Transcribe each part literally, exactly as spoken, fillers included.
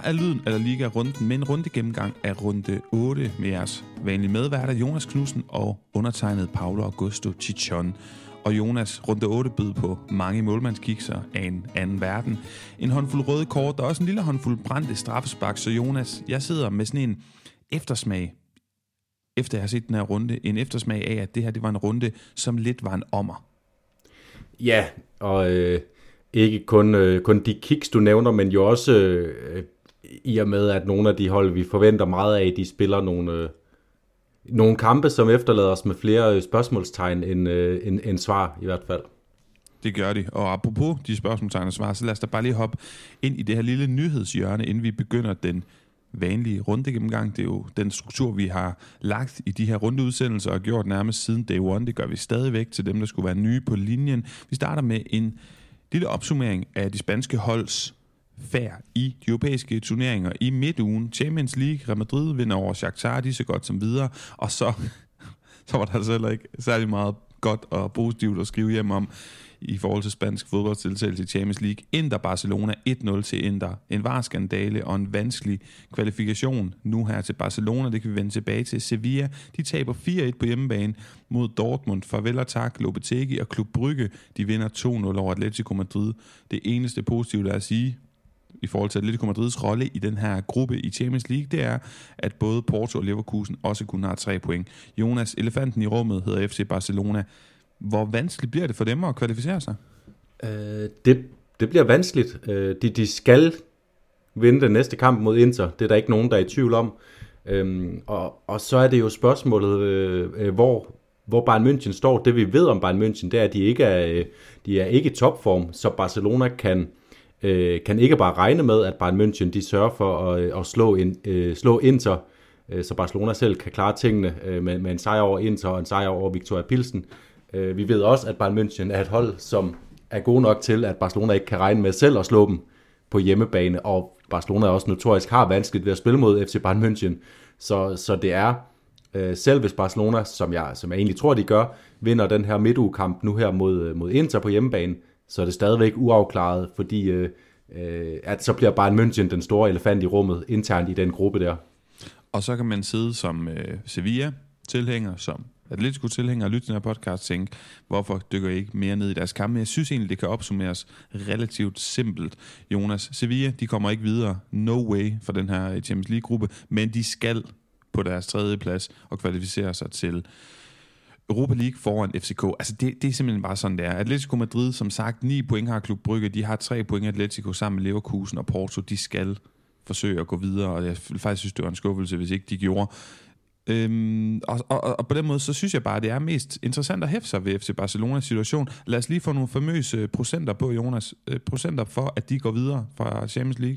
er lyden af La Liga-runden med en rundegennemgang af runde otte med jeres vanlige medværter Jonas Knudsen og undertegnet Paulo Augusto Chichon. Og Jonas, runde otte bød på mange målmandskikser af en anden verden. En håndfuld røde kort, og også en lille håndfuld brændte straffespark. Så Jonas, jeg sidder med sådan en eftersmag, efter jeg har set den her runde, en eftersmag af, at det her det var en runde, som lidt var en ommer. Ja, og øh, ikke kun, øh, kun de kicks, du nævner, men jo også øh, i og med, at nogle af de hold, vi forventer meget af, de spiller nogle... Øh, Nogle kampe, som efterlader os med flere spørgsmålstegn end, øh, end, end svar i hvert fald. Det gør de. Og apropos de spørgsmålstegn og svar, så lad os da bare lige hoppe ind i det her lille nyhedshjørne, inden vi begynder den vanlige rundegennemgang. Det er jo den struktur, vi har lagt i de her rundeudsendelser og gjort nærmest siden day one. Det gør vi stadigvæk til dem, der skulle være nye på linjen. Vi starter med en lille opsummering af de spanske holds færd i de europæiske turneringer i midtugen. Champions League, Real Madrid vinder over Shakhtar, de så godt som videre, og så, så var der altså heller ikke særlig meget godt og positivt at skrive hjem om i forhold til spansk fodboldsdeltagelse i Champions League. Inter Barcelona et nul til Inter. En varskandale og en vanskelig kvalifikation nu her til Barcelona. Det kan vi vende tilbage til. Sevilla, de taber fire et på hjemmebane mod Dortmund. Farvel og tak, Lopetegui og Klub Brygge, de vinder to nul over Atletico Madrid. Det eneste positive, der er at sige i forhold til Atletico Madrids rolle i den her gruppe i Champions League, det er, at både Porto og Leverkusen også kun har tre point. Jonas, elefanten i rummet hedder F C Barcelona. Hvor vanskeligt bliver det for dem at kvalificere sig? Øh, det, det bliver vanskeligt. Øh, de, de skal vinde den næste kamp mod Inter. Det er der ikke nogen, der er i tvivl om. Øhm, og, og så er det jo spørgsmålet, øh, hvor, hvor Bayern München står. Det vi ved om Bayern München, det er, at de ikke er, de er ikke i topform, så Barcelona kan kan ikke bare regne med, at Bayern München de sørger for at, at slå, in, uh, slå Inter, uh, så Barcelona selv kan klare tingene uh, med, med en sejr over Inter og en sejr over Victoria Pilsen. Uh, vi ved også, at Bayern München er et hold, som er gode nok til, at Barcelona ikke kan regne med selv at slå dem på hjemmebane, og Barcelona også notorisk har vanskeligt ved at spille mod F C Bayern München. Så, så det er, uh, selv hvis Barcelona, som jeg, som jeg egentlig tror, de gør, vinder den her midtugekamp nu her mod, mod Inter på hjemmebane, så er det stadigvæk uafklaret, fordi øh, øh, at så bliver Bayern München den store elefant i rummet internt i den gruppe der. Og så kan man sidde som øh, Sevilla-tilhænger, som Atletico-tilhænger og lytte til den her podcast og tænke, hvorfor dykker I ikke mere ned i deres kampe? Jeg synes egentlig, det kan opsummeres relativt simpelt. Jonas, Sevilla, de kommer ikke videre, no way, for den her Champions League-gruppe, men de skal på deres tredje plads og kvalificere sig til Europa League foran F C K. Altså det, det er simpelthen bare sådan, det er. Atletico Madrid, som sagt, ni point har Klub Brygge. De har tre point Atletico sammen med Leverkusen og Porto. De skal forsøge at gå videre, og jeg faktisk synes, det var en skuffelse, hvis ikke de gjorde. Øhm, og, og, og på den måde, så synes jeg bare, det er mest interessant at hæfte sig ved F C Barcelonas situation. Lad os lige få nogle famøse procenter på, Jonas. Øh, procenter for, at de går videre fra Champions League.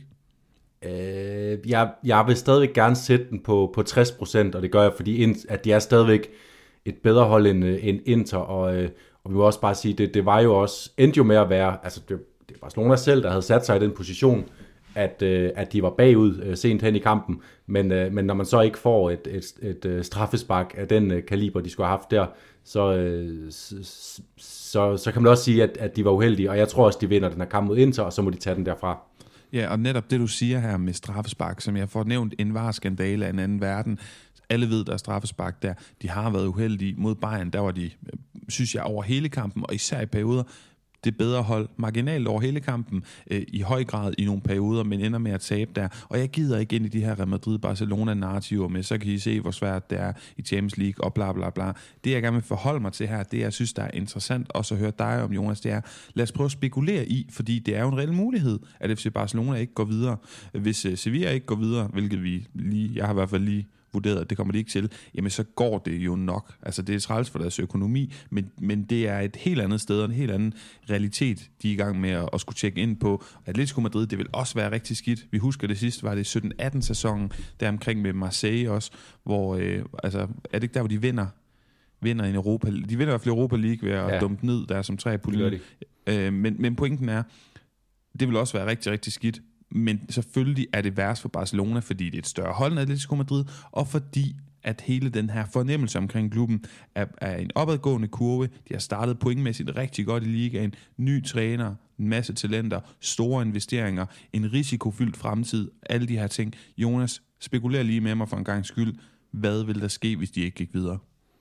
Øh, jeg, jeg vil stadigvæk gerne sætte den på, på tres procent, og det gør jeg, fordi at de er stadigvæk et bedre hold end, end Inter, og, øh, og vi må også bare sige, det, det var jo også, endte jo med at være, altså det, det var Barcelona selv, der havde sat sig i den position, at, øh, at de var bagud øh, sent hen i kampen, men, øh, men når man så ikke får et, et, et, et straffespark af den øh, kaliber, de skulle have haft der, så, øh, så, så, så kan man også sige, at, at de var uheldige, og jeg tror også, de vinder den her kamp mod Inter, og så må de tage den derfra. Ja, og netop det, du siger her med straffespark, som jeg får nævnt, en varskandale af en anden verden. Alle ved, der er straffespark der. De har været uheldige mod Bayern. Der var de, synes jeg, over hele kampen, og især i perioder, det bedre hold marginalt over hele kampen, øh, i høj grad i nogle perioder, men ender med at tabe der. Og jeg gider ikke ind i de her Real Madrid-Barcelona-narrativer med, så kan I se, hvor svært det er i Champions League, og bla bla bla. Det, jeg gerne vil forholde mig til her, det jeg synes, der er interessant, også at høre dig om, Jonas, det er, lad os prøve at spekulere i, fordi det er jo en reel mulighed, at F C Barcelona ikke går videre. Hvis uh, Sevilla ikke går videre, hvilket vi lige, jeg har i hvert fald lige vurderet, at det kommer de ikke til, jamen så går det jo nok. Altså det er træls for deres økonomi, men, men det er et helt andet sted, og en helt anden realitet, de er i gang med at, at skulle tjekke ind på. Atletico Madrid, det vil også være rigtig skidt. Vi husker det sidste, var det sytten atten sæsonen, der omkring med Marseille også, hvor, øh, altså, er det ikke der, hvor de vinder, vinder en Europa, de vinder i hvert fald Europa League ved at ja. dumpe ned, der er som tre pulje. Øh, men, men pointen er, det vil også være rigtig, rigtig skidt. Men selvfølgelig er det værst for Barcelona, fordi det er et større hold end Atletico Madrid, og fordi at hele den her fornemmelse omkring klubben er, er en opadgående kurve. De har startet pointmæssigt rigtig godt i ligaen. Ny træner, en masse talenter, store investeringer, en risikofyldt fremtid, alle de her ting. Jonas, spekuler lige med mig for en gang skyld. Hvad vil der ske, hvis de ikke gik videre?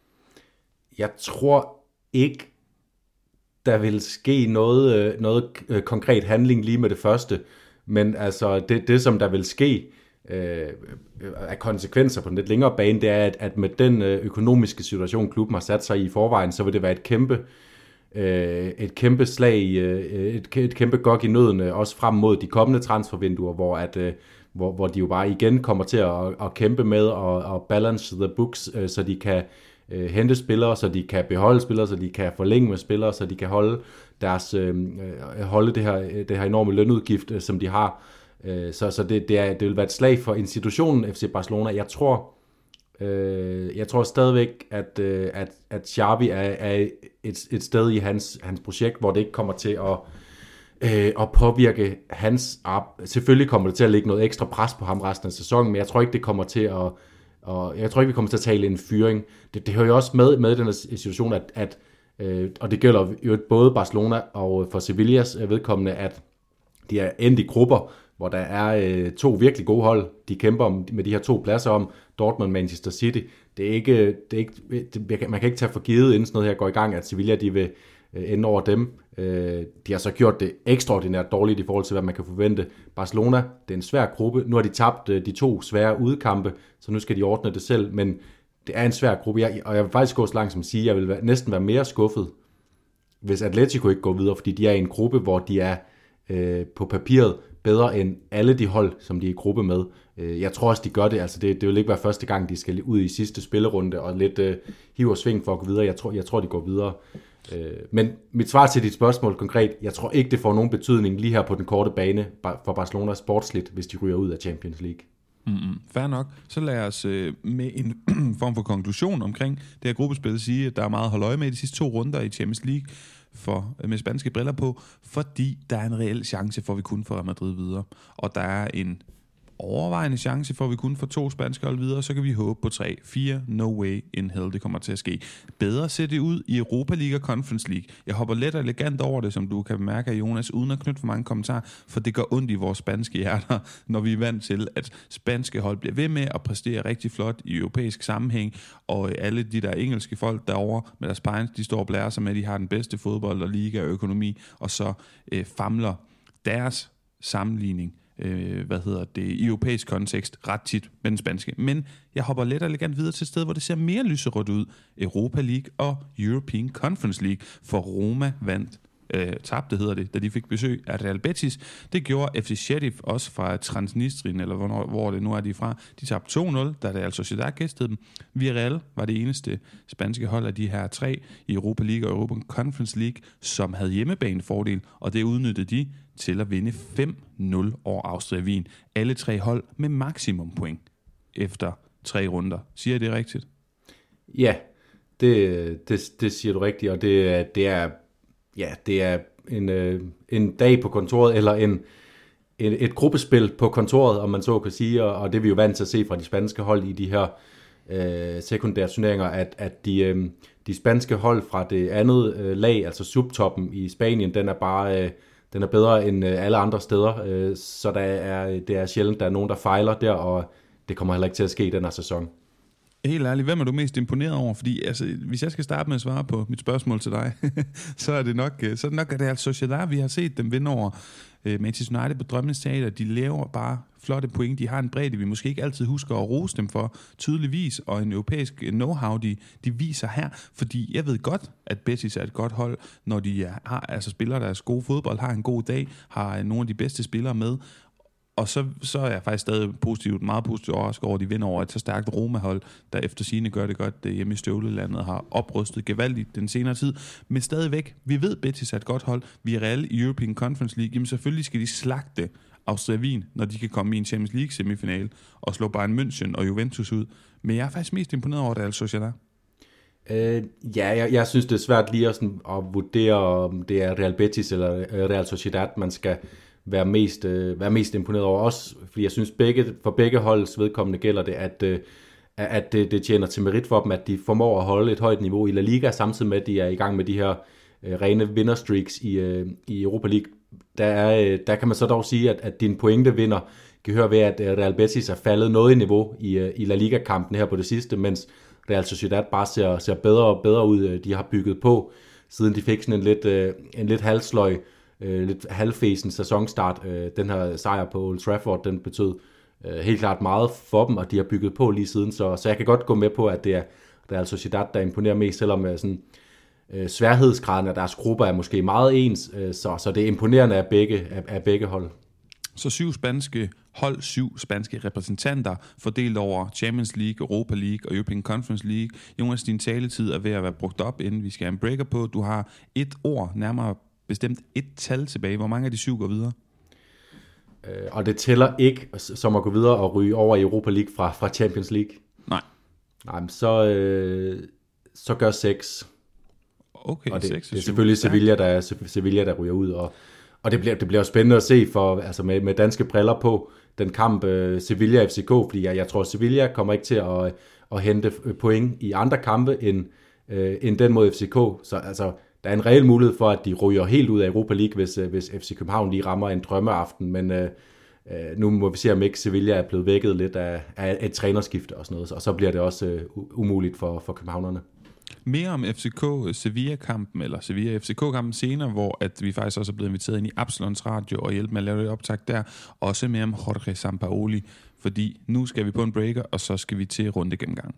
Jeg tror ikke, der vil ske noget, noget konkret handling lige med det første. Men altså, det, det som der vil ske øh, af konsekvenser på den lidt længere bane, det er, at, at med den økonomiske situation, klubben har sat sig i forvejen, så vil det være et kæmpe, øh, et kæmpe slag, øh, et, et kæmpe gok i nøden, også frem mod de kommende transfervinduer, hvor, at, øh, hvor, hvor de jo bare igen kommer til at, at kæmpe med at, at balance the books, øh, så de kan øh, hente spillere, så de kan beholde spillere, så de kan forlænge med spillere, så de kan holde deres øh, holde det her, det her enorme lønudgift, øh, som de har. Øh, så så det, det, er, det vil være et slag for institutionen F C Barcelona. Jeg tror, øh, jeg tror stadigvæk, at, øh, at, at Xavi er, er et, et sted i hans, hans projekt, hvor det ikke kommer til at, øh, at påvirke hans arbejde. Selvfølgelig kommer det til at lægge noget ekstra pres på ham resten af sæsonen, men jeg tror ikke, det kommer til at, og jeg tror ikke, vi kommer til at tale en fyring. Det, det hører jo også med, med i den her situation, at, at Øh, og det gælder jo både Barcelona og for Sevillas vedkommende, at de er endt i grupper, hvor der er øh, to virkelig gode hold. De kæmper om, med de her to pladser om Dortmund og Manchester City. Det er ikke, det er ikke, det, man kan ikke tage for givet, inden sådan noget her går i gang, at Sevilla de vil øh, ende over dem. Øh, de har så gjort det ekstraordinært dårligt i forhold til, hvad man kan forvente. Barcelona, det er en svær gruppe. Nu har de tabt øh, de to svære udekampe, så nu skal de ordne det selv, men det er en svær gruppe, jeg, og jeg vil faktisk gå så langt som at sige, at jeg vil være, næsten være mere skuffet, hvis Atletico ikke går videre, fordi de er i en gruppe, hvor de er øh, på papiret bedre end alle de hold, som de er i gruppe med. Øh, jeg tror også, de gør det. Altså det, det vil ikke være første gang, de skal ud i sidste spillerunde og lidt øh, hive og sving for at gå videre. Jeg tror, jeg tror de går videre. Øh, men mit svar til dit spørgsmål konkret, jeg tror ikke, det får nogen betydning lige her på den korte bane for Barcelona sportsligt, hvis de ryger ud af Champions League. Mm-hmm. Fair nok. Så lad os øh, med en form for konklusion omkring det her gruppespil sige, at der er meget at holde øje med i de sidste to runder i Champions League for, med spanske briller på, fordi der er en reel chance for, at vi kun får Real Madrid videre. Og der er en overvejende chance for, at vi kun får to spanske hold videre, så kan vi håbe på tre, fire, no way in hell, det kommer til at ske. Bedre ser det ud i Europa League og Conference League. Jeg hopper let og elegant over det, som du kan bemærke, Jonas, uden at knytte for mange kommentarer, for det gør ondt i vores spanske hjerter, når vi er vant til, at spanske hold bliver ved med at præstere rigtig flot i europæisk sammenhæng, og alle de der engelske folk derovre med deres pines, de står og blærer sig med, at de har den bedste fodbold og liga og økonomi, og så øh, famler deres sammenligning Øh, hvad hedder det, i europæisk kontekst ret tit med den spanske. Men jeg hopper let og elegant videre til et sted, hvor det ser mere lyserødt ud. Europa League og European Conference League, for Roma vandt øh, tabte hedder det, da de fik besøg af Real Betis. Det gjorde F C Sheriff også fra Transnistrien, eller hvor, hvor det nu er de fra. De tabte to nul, da Real Sociedad gæstede dem. Villarreal var det eneste spanske hold af de her tre i Europa League og Europa Conference League, som havde hjemmebanefordel, og det udnyttede de til at vinde fem nul over Austria Wien. Alle tre hold med maksimum point efter tre runder. Siger jeg det rigtigt? Ja, det, det, det siger du rigtigt, og det, det er ja, det er en, en dag på kontoret, eller en, et, et gruppespil på kontoret, om man så kan sige, og det er vi jo vant til at se fra de spanske hold i de her øh, sekundære turneringer, at, at de, øh, de spanske hold fra det andet øh, lag, altså subtoppen i Spanien, den er bare øh, den er bedre end øh, alle andre steder, øh, så der er, det er sjældent, der er nogen, der fejler der, og det kommer heller ikke til at ske i den her sæson. Helt ærligt, hvem er du mest imponeret over? Fordi altså, hvis jeg skal starte med at svare på mit spørgsmål til dig, så er det nok, så er det nok at det er altså Sociedad. Vi har set dem vinde over uh, Manchester United på Drømmenes Teater. De laver bare flotte point. De har en bredde, vi måske ikke altid husker at rose dem for tydeligvis, og en europæisk know-how, de, de viser her. Fordi jeg ved godt, at Betis er et godt hold, når de har, altså spiller deres gode fodbold, har en god dag, har nogle af de bedste spillere med. Og så, så er jeg faktisk stadig positivt, meget positivt overrasket over, at de vinder over et så stærkt Roma-hold, der efter sigende gør det godt hjemme i støvlelandet, har oprustet gevaldigt den senere tid. Men stadigvæk, vi ved, Betis er et godt hold. Vi er reelle i European Conference League. Jamen selvfølgelig skal de slagte Austria Wien, når de kan komme i en Champions League semifinale og slå Bayern München og Juventus ud. Men jeg er faktisk mest imponeret over Real Sociedad. Øh, ja, jeg, jeg synes, det er svært lige at, sådan, at vurdere, om det er Real Betis eller Real Sociedad, man skal være mest, øh, være mest imponeret over os, fordi jeg synes, begge, for begge holds vedkommende gælder det, at, øh, at det, det tjener til merit for dem, at de formår at holde et højt niveau i La Liga, samtidig med, at de er i gang med de her øh, rene vinderstreaks i, øh, i Europa League. Der, er, øh, der kan man så dog sige, at, at din pointe vinder kan høre ved, at Real Betis er faldet noget i niveau i, øh, i La Liga-kampen her på det sidste, mens Real Sociedad bare ser, ser bedre og bedre ud. De har bygget på, siden de fik sådan en lidt, øh, en lidt halvsløj, øh, lidt halvfæsen sæsonstart. Øh, den her sejr på Old Trafford, den betød øh, helt klart meget for dem, og de har bygget på lige siden. Så, så jeg kan godt gå med på, at det er Real Sociedad, der imponerer mest, selvom øh, sådan, øh, sværhedsgraden af deres grupper er måske meget ens, øh, så, så det er imponerende af begge, af, af begge hold. Så syv spanske hold, syv spanske repræsentanter, fordelt over Champions League, Europa League og European Conference League. Jonas, din taletid er ved at være brugt op, inden vi skal have en breaker på. Du har et ord, nærmere bestemt et tal tilbage. Hvor mange af de syv går videre? Øh, og det tæller ikke som at gå videre og ryge over i Europa League fra, fra Champions League? Nej. Nej, men så, øh, så gør seks. Okay, og det, seks det er selvfølgelig Sevilla der, Sevilla, der ryger ud, og Og det bliver, det bliver jo spændende at se for, altså med, med danske briller på den kamp uh, Sevilla F C K, fordi jeg, jeg tror, Sevilla kommer ikke til at, at hente point i andre kampe end, uh, end den mod F C K. Så altså, der er en reel mulighed for, at de ryger helt ud af Europa League, hvis, uh, hvis F C København lige rammer en drømmeaften. Men uh, uh, nu må vi se, om ikke Sevilla er blevet vækket lidt af, af et trænerskifte og sådan noget, og så bliver det også uh, umuligt for, for københavnerne. Mere om F C K-Sevilla-kampen, eller Sevilla-F C K-kampen senere, hvor at vi faktisk også er blevet inviteret ind i Absalons Radio og hjælpe med at lave et optag der. Også mere om Jorge Sampaoli, fordi nu skal vi på en breaker, og så skal vi til runde gennemgang.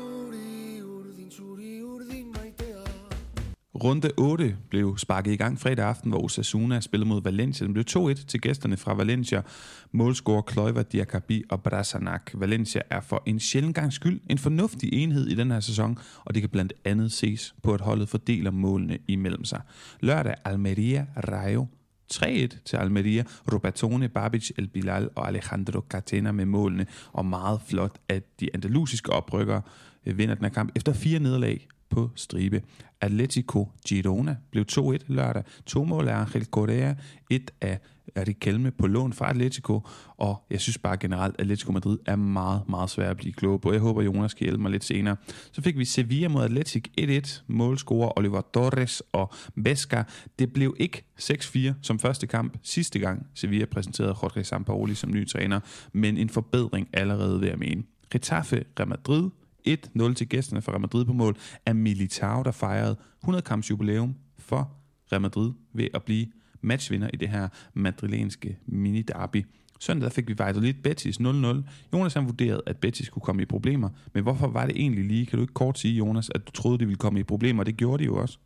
Runde otte blev sparket i gang fredag aften, hvor Osasuna spillede mod Valencia. Den blev to et til gæsterne fra Valencia. Målscorer Kluivert, Diakabi og Brasanac. Valencia er for en sjælden gang skyld en fornuftig enhed i den her sæson, og det kan blandt andet ses på, at holdet fordeler målene imellem sig. Lørdag Almeria Rayo tre et til Almeria. Robertone, Babic, El Bilal og Alejandro Catena med målene, og meget flot, at de andalusiske oprykkere vinder den her kamp efter fire nederlag på stribe. Atletico Girona blev to et lørdag. To mål af Angel Correa, et af Riquelme på lån fra Atletico, og jeg synes bare generelt, at Atletico Madrid er meget, meget svært at blive klog på. Jeg håber, Jonas kan hjælpe mig lidt senere. Så fik vi Sevilla mod Atletic et et. Målscorer Oliver Torres og Vesca. Det blev ikke seks fire som første kamp sidste gang Sevilla præsenterede Jorge Sampaoli som ny træner, men en forbedring allerede ved at mene. Getafe Real Madrid et nul til gæsterne fra Real Madrid på mål af Militao, der fejrede hundrede-kamps jubilæum for Real Madrid ved at blive matchvinder i det her madrilenske mini-derby. Søndag fik vi Valladolid Betis nul nul. Jonas han vurderede, at Betis skulle komme i problemer, men hvorfor var det egentlig lige? Kan du ikke kort sige, Jonas, at du troede, de ville komme i problemer? Det gjorde de jo også.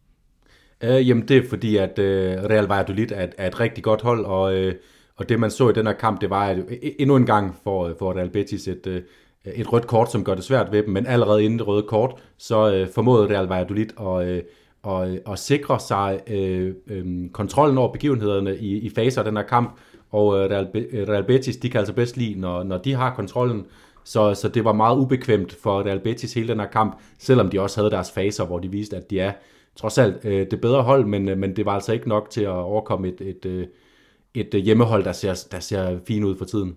Øh, jamen det er fordi, at øh, Real Valladolid er, er et rigtig godt hold, og, øh, og det man så i den her kamp, det var at endnu en gang for, for Real Betis et øh, et rødt kort, som gør det svært ved dem, men allerede inden det røde kort, så øh, formåede Real Valladolid at, øh, og, og sikre sig øh, øh, kontrollen over begivenhederne i, i faser af den her kamp, og øh, Real, Real Betis, de kan altså bedst lide, når, når de har kontrollen, så, så det var meget ubekvemt for Real Betis hele den her kamp, selvom de også havde deres faser, hvor de viste, at de er trods alt øh, det bedre hold, men, øh, men det var altså ikke nok til at overkomme et, et, et, et hjemmehold, der ser, der ser fint ud for tiden.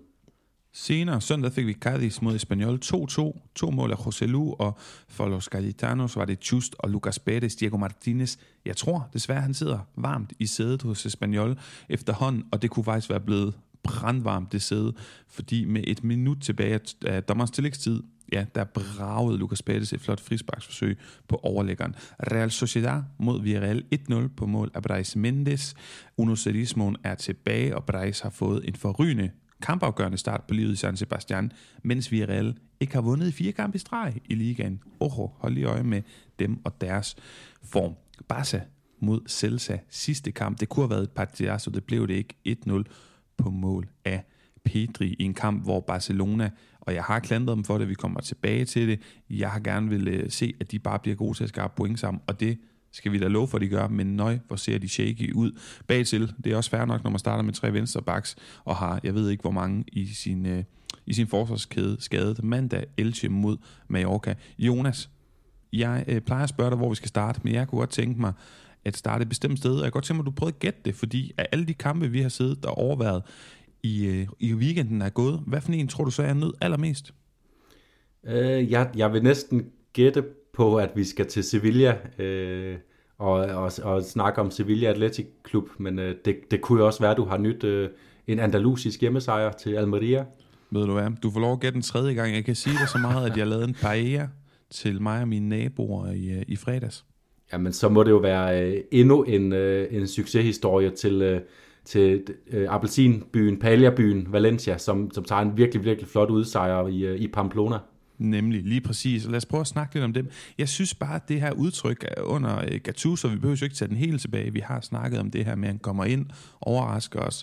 Senere søndag fik vi Cádiz mod Espanyol to to. To mål af José Lu, og for Los Gaditanos var det Just og Lucas Pérez, Diego Martinez. Jeg tror desværre, han sidder varmt i sædet hos Espanyol efterhånden, og det kunne faktisk være blevet brandvarmt det sæde, fordi med et minut tilbage af dommerens tillægstid, ja, der bragede Lucas Pérez et flot frisparksforsøg på overlæggeren. Real Sociedad mod Villarreal et nul på mål af Brais Mendes. Uno Cerismoen er tilbage, og Brais har fået en forrygende kampafgørende start på livet i San Sebastian, mens Villarreal ikke har vundet fire kampe i streg i ligaen. Ojo, hold lige øje med dem og deres form. Barca mod Celta sidste kamp. Det kunne have været et partidazo, det blev det ikke. et nul på mål af Pedri i en kamp, hvor Barcelona, og jeg har klandret dem for det, vi kommer tilbage til det, jeg har gerne vil se, at de bare bliver gode til at skabe point sammen, og det skal vi da love for, at de gør, men nøj, hvor ser de shaky ud bagtil. Det er også fair nok, når man starter med tre venstrebacks, og har, jeg ved ikke hvor mange i sin, øh, i sin forsvarskæde skadet. Mandag Elche mod Mallorca. Jonas, jeg øh, plejer at spørge dig, hvor vi skal starte, men jeg kunne godt tænke mig at starte et bestemt sted, og jeg kunne godt tænke mig, at du prøvede at gætte det, fordi af alle de kampe, vi har siddet og overværet i, øh, i weekenden er gået, hvad for en tror du så er nød allermest? Øh, jeg, jeg vil næsten gætte på, at vi skal til Sevilla øh, og, og, og snakke om Sevilla Athletic Klub, men øh, det, det kunne jo også være, at du har nyt øh, en andalusisk hjemmesejr til Almeria. Ved du hvad? Du får lov at gætte den tredje gang. Jeg kan sige dig så meget, at jeg lavede en paella til mig og mine naboer i, i fredags. Jamen, så må det jo være øh, endnu en, øh, en succeshistorie til, øh, til øh, appelsinbyen, paella-byen Valencia, som, som tager en virkelig, virkelig flot udsejr i, øh, i Pamplona. Nemlig, lige præcis. Og lad os prøve at snakke lidt om dem. Jeg synes bare, at det her udtryk under uh, Gattuso, vi behøver jo ikke tage den helt tilbage. Vi har snakket om det her med, at han kommer ind, overrasker os.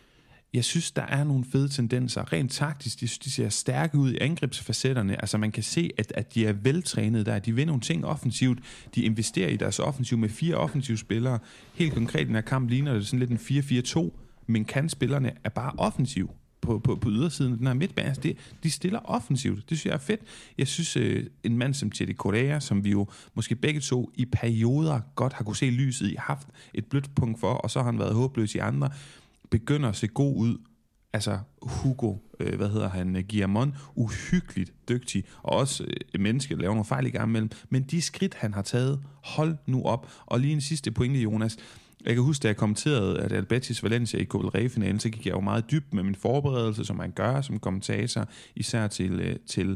Jeg synes, der er nogle fede tendenser. Rent taktisk, de, de ser stærke ud i angrebsfacetterne. Altså man kan se, at, at de er veltrænede der. De vil nogle ting offensivt. De investerer i deres offensiv med fire offensive spillere. Helt konkret i den her kamp ligner det sådan lidt en fire fire to, men kantspillerne er bare offensiv. På, på, på ydersiden af den her midtbane. Altså det, de stiller offensivt. Det synes jeg er fedt. Jeg synes, øh, en mand som Teddy Correa, som vi jo måske begge to i perioder godt har kunne se lyset i, haft et blødt punkt for, og så har han været håbløs i andre, begynder at se god ud. Altså Hugo, øh, hvad hedder han, Guillamon, uhyggeligt dygtig, og også øh, et menneske, der laver nogle fejl i gang imellem. Men de skridt, han har taget, hold nu op. Og lige en sidste pointe, Jonas. Jeg kan huske, da jeg kommenterede at Betis Valencia i Copa del Rey-finalen, så gik jeg jo meget dybt med min forberedelse, som man gør som kommentator, især til, til,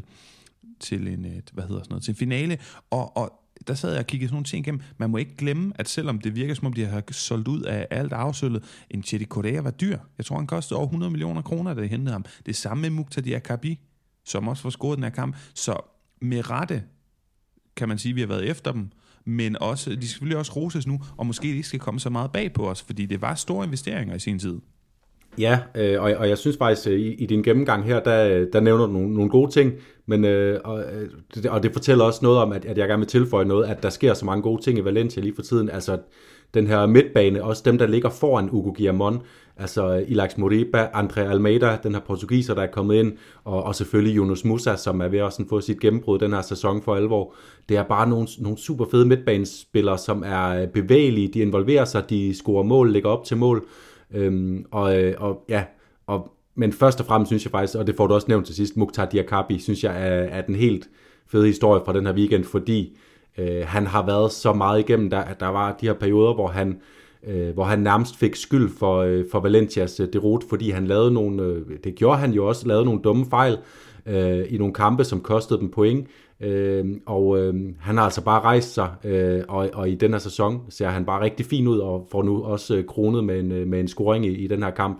til en, hvad hedder sådan noget, til en finale. Og, og der sad jeg og kiggede sådan nogle ting igennem. Man må ikke glemme, at selvom det virker som om, de har solgt ud af alt afsøllet, en Teddy Correa var dyr. Jeg tror, han kostede over hundrede millioner kroner, da de hentede ham. Det samme med Mukhtar Diakabi, som også får scoret den her kamp. Så med rette kan man sige, at vi har været efter dem. Men også, de skal selvfølgelig også roses nu, og måske de ikke skal komme så meget bag på os, fordi det var store investeringer i sin tid. Ja, øh, og, og jeg synes faktisk, i, i din gennemgang her, der, der nævner du nogle, nogle gode ting, men, øh, og, det, og det fortæller også noget om, at, at jeg gerne vil tilføje noget, at der sker så mange gode ting i Valencia lige for tiden. Altså den her midtbane, også dem, der ligger foran Hugo Guillamon, altså Ilaix Moriba, André Almeida, den her portugiser, der er kommet ind, og, og selvfølgelig Yunus Musa, som er ved at sådan få sit gennembrud den her sæson for alvor. Det er bare nogle, nogle super fede midtbanespillere, som er bevægelige, de involverer sig, de scorer mål, lægger op til mål, øhm, og, og ja, og, men først og fremmest synes jeg faktisk, og det får du også nævnt til sidst, Mukhtar Diakabi, synes jeg er, er den helt fede historie fra den her weekend, fordi øh, han har været så meget igennem, der, der var de her perioder, hvor han hvor han nærmest fik skyld for, for Valencias derot, fordi han lavede nogle, det gjorde han jo også, lavede nogle dumme fejl øh, i nogle kampe, som kostede dem point, øh, og øh, han har altså bare rejst sig, øh, og, og i den her sæson ser han bare rigtig fin ud, og får nu også kronet med en, med en scoring i, i den her kamp.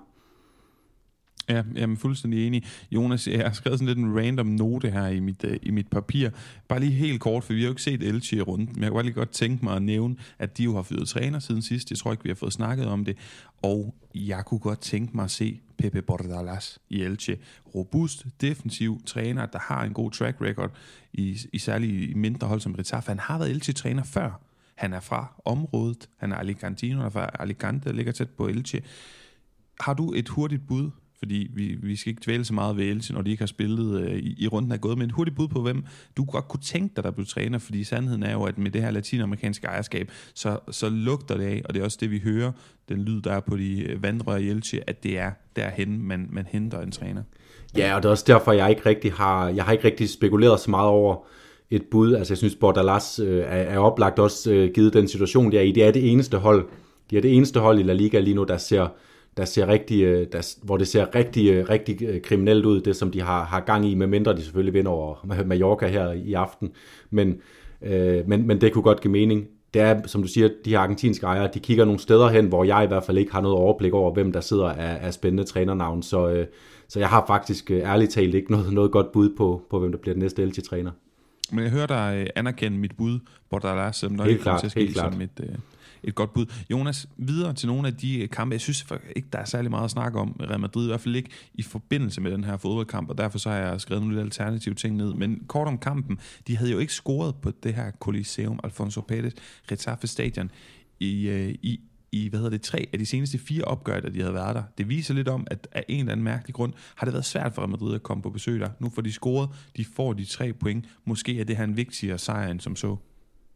Ja, jeg er fuldstændig enig. Jonas, jeg har skrevet sådan lidt en random note her i mit, uh, i mit papir. Bare lige helt kort, for vi har jo ikke set Elche i runden, men jeg kunne bare lige godt tænke mig at nævne, at de jo har fyret træner siden sidst. Jeg tror ikke, vi har fået snakket om det. Og jeg kunne godt tænke mig at se Pepe Bordalas i Elche. Robust, defensiv træner, der har en god track record, i, i særligt i mindre hold som Getafe. Han har været Elche-træner før. Han er fra området. Han er Alicantino, han er fra Alicante, der ligger tæt på Elche. Har du et hurtigt bud? Fordi vi, vi skal ikke dvæle så meget ved Elche, når de ikke har spillet øh, i, i runden er gået, men et hurtigt bud på, hvem du godt kunne tænke dig, der blev træner, fordi sandheden er jo, at med det her latinamerikanske ejerskab, så, så lugter det af, og det er også det, vi hører, den lyd, der er på de vandrør i Elche, at det er derhen, man, man henter en træner. Ja, og det er også derfor, jeg ikke rigtig har, jeg har ikke rigtig spekuleret så meget over et bud. Altså, jeg synes, Bordalas øh, er, er oplagt også øh, givet den situation, de er i. Det er det eneste hold, de er det eneste hold i La Liga lige nu, der ser der ser rigtig, der, hvor det ser rigtig, rigtig kriminelt ud, det som de har, har gang i, med mindre de selvfølgelig vinder over Mallorca her i aften. Men, øh, men, men det kunne godt give mening. Det er, som du siger, de her argentinske ejere, de kigger nogle steder hen, hvor jeg i hvert fald ikke har noget overblik over, hvem der sidder af, af spændende trænernavn. Så, øh, så jeg har faktisk øh, ærligt talt ikke noget, noget godt bud på, på, hvem der bliver den næste Elche-træner. Men jeg hører dig anerkende mit bud, Bordalas, som der helt ikke kommer til at ske som et... Øh Et godt bud. Jonas, videre til nogle af de kampe. Jeg synes ikke, der er særlig meget at snakke om Real Madrid, i hvert fald ikke i forbindelse med den her fodboldkamp, og derfor så har jeg skrevet nogle lidt alternative ting ned. Men kort om kampen, de havde jo ikke scoret på det her Coliseum Alfonso Pérez Getafe Stadion i, i, i hvad hedder det, tre af de seneste fire opgør, da de havde været der. Det viser lidt om, at af en eller anden mærkelig grund har det været svært for Real Madrid at komme på besøg der. Nu får de scoret, de får de tre point. Måske er det her en vigtigere sejr end som så.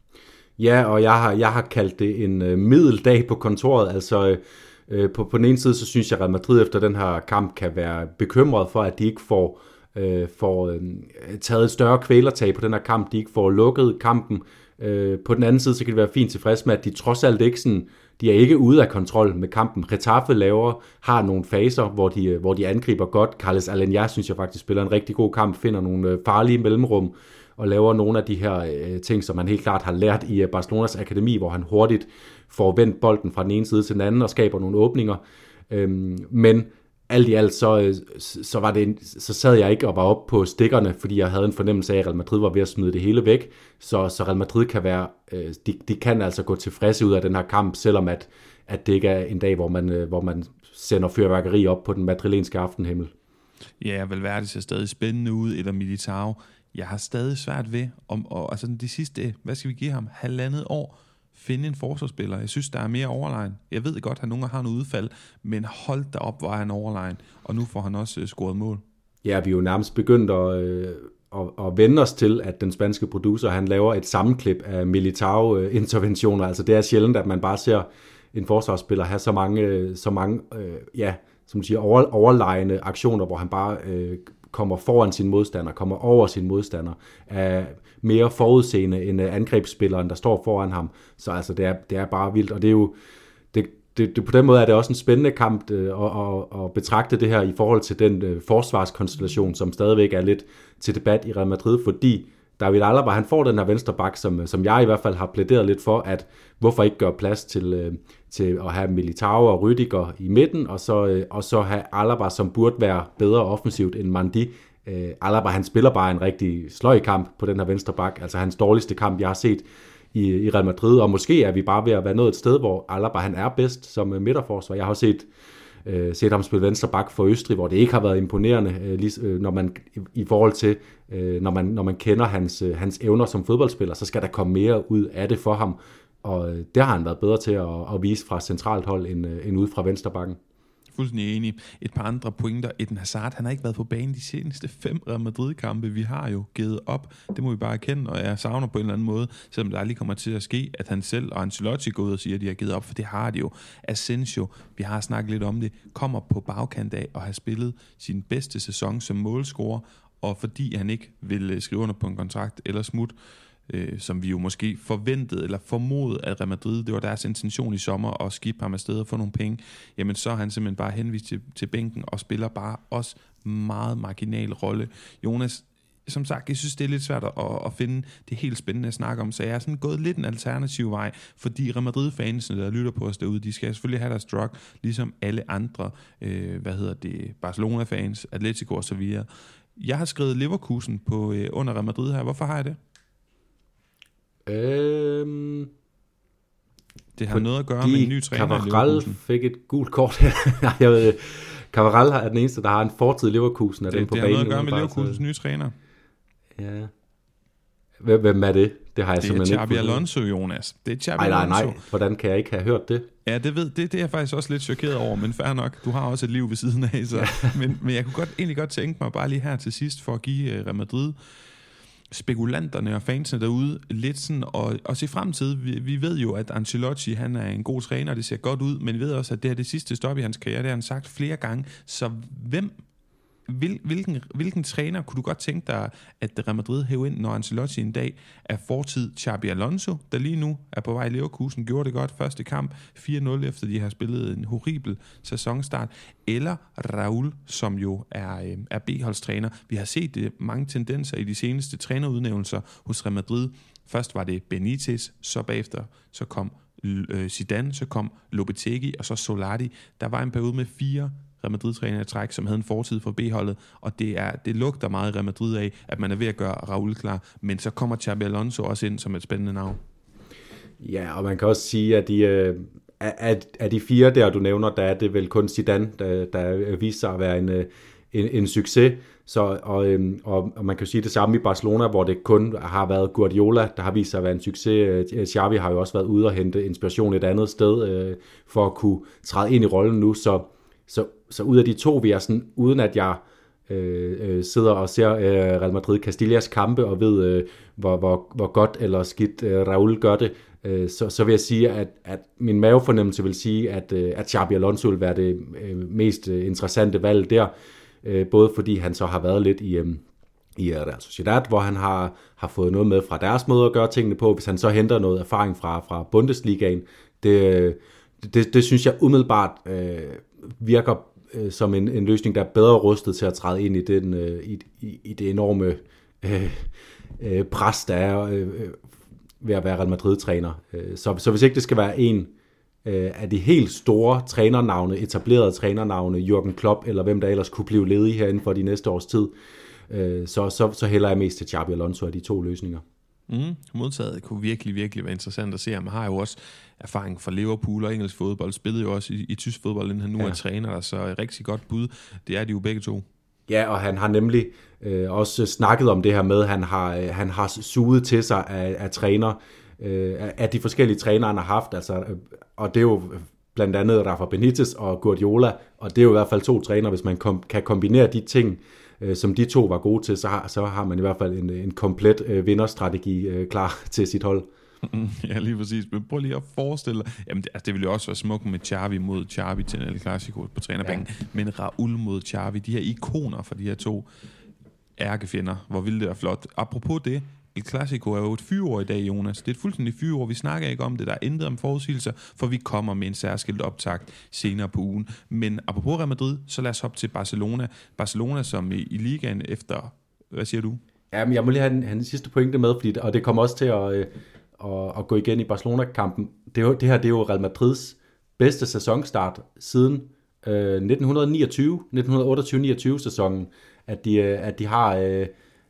Ja, og jeg har, jeg har kaldt det en øh, middeldag på kontoret. Altså øh, på, på den ene side, så synes jeg, at Real Madrid efter den her kamp kan være bekymret for, at de ikke får øh, får øh, taget et større kvælertag på den her kamp, de ikke får lukket kampen. Øh, på den anden side, så kan det være fint tilfreds med, at de trods alt ikke sådan, de er ikke ude af kontrol med kampen. Getafe laver, har nogle faser, hvor de, hvor de angriber godt. Carles Alenya, synes jeg faktisk, spiller en rigtig god kamp, finder nogle farlige mellemrum, og laver nogle af de her øh, ting, som man helt klart har lært i Barcelonas akademi, hvor han hurtigt får vendt bolden fra den ene side til den anden, og skaber nogle åbninger. Øhm, men alt i alt, så, så, var det, så sad jeg ikke og var oppe på stikkerne, fordi jeg havde en fornemmelse af, at Real Madrid var ved at smide det hele væk. Så, så Real Madrid kan være, de, de kan altså gå tilfredse ud af den her kamp, selvom at, at det ikke er en dag, hvor man, hvor man sender fyrværkeri op på den madrilenske aftenhimmel. Ja, Valverde ser stadig spændende ud, eller Militao. Jeg har stadig svært ved, om, og, altså de sidste, hvad skal vi give ham, halvandet år, finde en forsvarsspiller. Jeg synes, der er mere overlegen. Jeg ved godt, at han nogle gange har en udfald, men hold da op, hvor er han overlegen. Og nu får han også uh, scoret mål. Ja, vi er jo nærmest begyndt at, øh, at, at vende os til, at den spanske producer, han laver et sammenklip af Militao-interventioner. Altså det er sjældent, at man bare ser en forsvarsspiller have så mange, så mange øh, ja, som siger, over, overlegende aktioner, hvor han bare øh, kommer foran sin modstander, kommer over sin modstander, er mere forudseende end angrebsspilleren, der står foran ham. Så altså, det er, det er bare vildt, og det er jo, det, det, det, på den måde er det også en spændende kamp øh, at, at, at betragte det her i forhold til den øh, forsvarskonstellation, som stadigvæk er lidt til debat i Real Madrid, fordi David Alaba, han får den her venstre bak, som, som jeg i hvert fald har plæderet lidt for, at hvorfor ikke gøre plads til, øh, til at have Militao og Rüdiger i midten, og så, øh, og så have Alaba, som burde være bedre offensivt end Mandi. Øh, Alaba, han spiller bare en rigtig sløj kamp på den her venstre bak, altså hans dårligste kamp, jeg har set i, i Real Madrid, og måske er vi bare ved at være nået et sted, hvor Alaba, han er bedst som midterforsvar. Jeg har også set Øh, set ham spille venstre bak for Østrig, hvor det ikke har været imponerende, øh, lige, øh, når man i, i forhold til, øh, når, man, når man kender hans, øh, hans evner som fodboldspiller, så skal der komme mere ud af det for ham, og øh, det har han været bedre til at, at vise fra centralt hold, end, øh, end ude fra venstre bakken. Fuldstændig enig. Et par andre pointer. Eden Hazard, han har ikke været på banen de seneste fem Real Madrid-kampe. Vi har jo givet op. Det må vi bare erkende, og jeg savner på en eller anden måde, selvom der lige kommer til at ske, at han selv og Ancelotti går ud og siger, at de har givet op, for det har de jo. Asensio, vi har snakket lidt om det, kommer på bagkant af og har spillet sin bedste sæson som målscorer, og fordi han ikke vil skrive under på en kontrakt eller smut, Øh, som vi jo måske forventede eller formodede, at Real Madrid, det var deres intention i sommer at skibe ham afsted og få nogle penge, jamen så er han simpelthen bare henvist til, til bænken og spiller bare også meget marginal rolle. Jonas, som sagt, jeg synes, det er lidt svært at, at finde det helt spændende at snakke om, så jeg er sådan gået lidt en alternativ vej, fordi Real Madrid-fansene, der lytter på os derude, de skal selvfølgelig have deres drug, ligesom alle andre, øh, hvad hedder det, Barcelona-fans, Atletico og så videre. Jeg har skrevet Leverkusen på øh, under Real Madrid her. Hvorfor har jeg det? Øhm, det har noget at gøre med en ny træner i Leverkusen. Carvajal fik et gult kort her. Jeg ved, Carvajal er den eneste, der har en fortid i Leverkusen. Er det, den på det banen, har noget at gøre med Leverkusens nye træner. Ja. Hvem, hvem er det? Det har jeg det simpelthen er ikke Xabi Alonso, Jonas. Det er Xabi nej, nej, Alonso. Nej, hvordan kan jeg ikke have hørt det? Ja, det ved det, det er jeg faktisk også lidt chokeret over, men fair nok. Du har også et liv ved siden af, så. men, men jeg kunne godt, egentlig godt tænke mig bare lige her til sidst for at give Real Madrid spekulanterne og fansene derude lidt sådan, og, og se frem til, vi, vi ved jo, at Ancelotti, han er en god træner, det ser godt ud, men vi ved også, at det er det sidste stop i hans karriere, det har han sagt flere gange, så hvem, hvil, hvilken, hvilken træner kunne du godt tænke dig, at Real Madrid hæver ind, når Ancelotti en dag er fortid? Xabi Alonso, der lige nu er på vej i Leverkusen, gjorde det godt første kamp, fire nul efter de har spillet en horribel sæsonstart, eller Raúl, som jo er, er B-holdstræner. Vi har set det, mange tendenser i de seneste trænerudnævnelser hos Real Madrid. Først var det Benitez, så bagefter så kom Zidane, så kom Lopetegui, og så Solari. Der var en periode med fire Real Madrid-træner i træk, som havde en fortid for B-holdet, og det, er, det lugter meget Real Madrid af, at man er ved at gøre Raúl klar, men så kommer Xabi Alonso også ind som et spændende navn. Ja, og man kan også sige, at de, øh, af, af de fire der, du nævner, der er det vel kun Zidane, der, der viser sig at være en, en, en succes, så, og, og, og man kan sige det samme i Barcelona, hvor det kun har været Guardiola, der har vist sig at være en succes. Xavi har jo også været ude og hente inspiration et andet sted, øh, for at kunne træde ind i rollen nu, så Så, så ud af de to, vi er sådan, uden at jeg øh, øh, sidder og ser øh, Real Madrid Castillas kampe, og ved, øh, hvor, hvor, hvor godt eller skidt øh, Raúl gør det, øh, så, så vil jeg sige, at, at min mavefornemmelse vil sige, at, øh, at Xabi Alonso vil være det øh, mest øh, interessante valg der. øh, både fordi han så har været lidt i, øh, i Real Sociedad, hvor han har, har fået noget med fra deres måde at gøre tingene på, hvis han så henter noget erfaring fra, fra Bundesligaen. Det, det, det synes jeg umiddelbart øh, virker øh, som en, en løsning, der er bedre rustet til at træde ind i, den, øh, i, i, i det enorme øh, øh, pres, der er øh, ved at være Real Madrid-træner. Så, så hvis ikke det skal være en øh, af de helt store trænernavne, etablerede trænernavne, Jürgen Klopp, eller hvem der ellers kunne blive ledig her inden for de næste års tid, øh, så, så, så hælder jeg mest til Xabi Alonso af de to løsninger. Mm, modtaget kunne virkelig, virkelig være interessant at se. Han har jo også erfaring fra Liverpool og engelsk fodbold, spillede jo også i, i tysk fodbold, inden han nu ja. er træner, der, så et rigtig godt bud. Det er de jo begge to. Ja, og han har nemlig øh, også snakket om det her med, at han har, øh, han har suget til sig af, af træner, øh, af de forskellige trænere, han har haft. Altså, øh, og det er jo blandt andet Rafa Benitez og Guardiola, og det er jo i hvert fald to trænere, hvis man kom, kan kombinere de ting, øh, som de to var gode til, så har, så har man i hvert fald en, en komplet øh, vinderstrategi øh, klar til sit hold. Ja, lige præcis. Men prøv lige at forestille dig, jamen det, altså det ville jo også være smukt med Xavi mod Xavi til El Clasico på trænerbænken, ja. Men Raul mod Xavi, de her ikoner for de her to ærkefjender, hvor ville det være flot. Apropos det, El Clasico er jo et fyreår i dag, Jonas. Det er et fuldstændig fyreår. Vi snakker ikke om det, der er intet om forudsigelser, for vi kommer med en særskilt optakt senere på ugen. Men apropos Real Madrid, så lad os hoppe til Barcelona. Barcelona, som i, i ligaen efter, hvad siger du? Jamen, jeg må lige have en, have en sidste pointe med, fordi, og det kommer også til at... Øh Og, og gå igen i Barcelona-kampen. Det, er jo, det her det er jo Real Madrids bedste sæsonstart siden øh, nitten niogtyve, nitten otteogtyve niogtyve sæsonen, at de, at de har øh,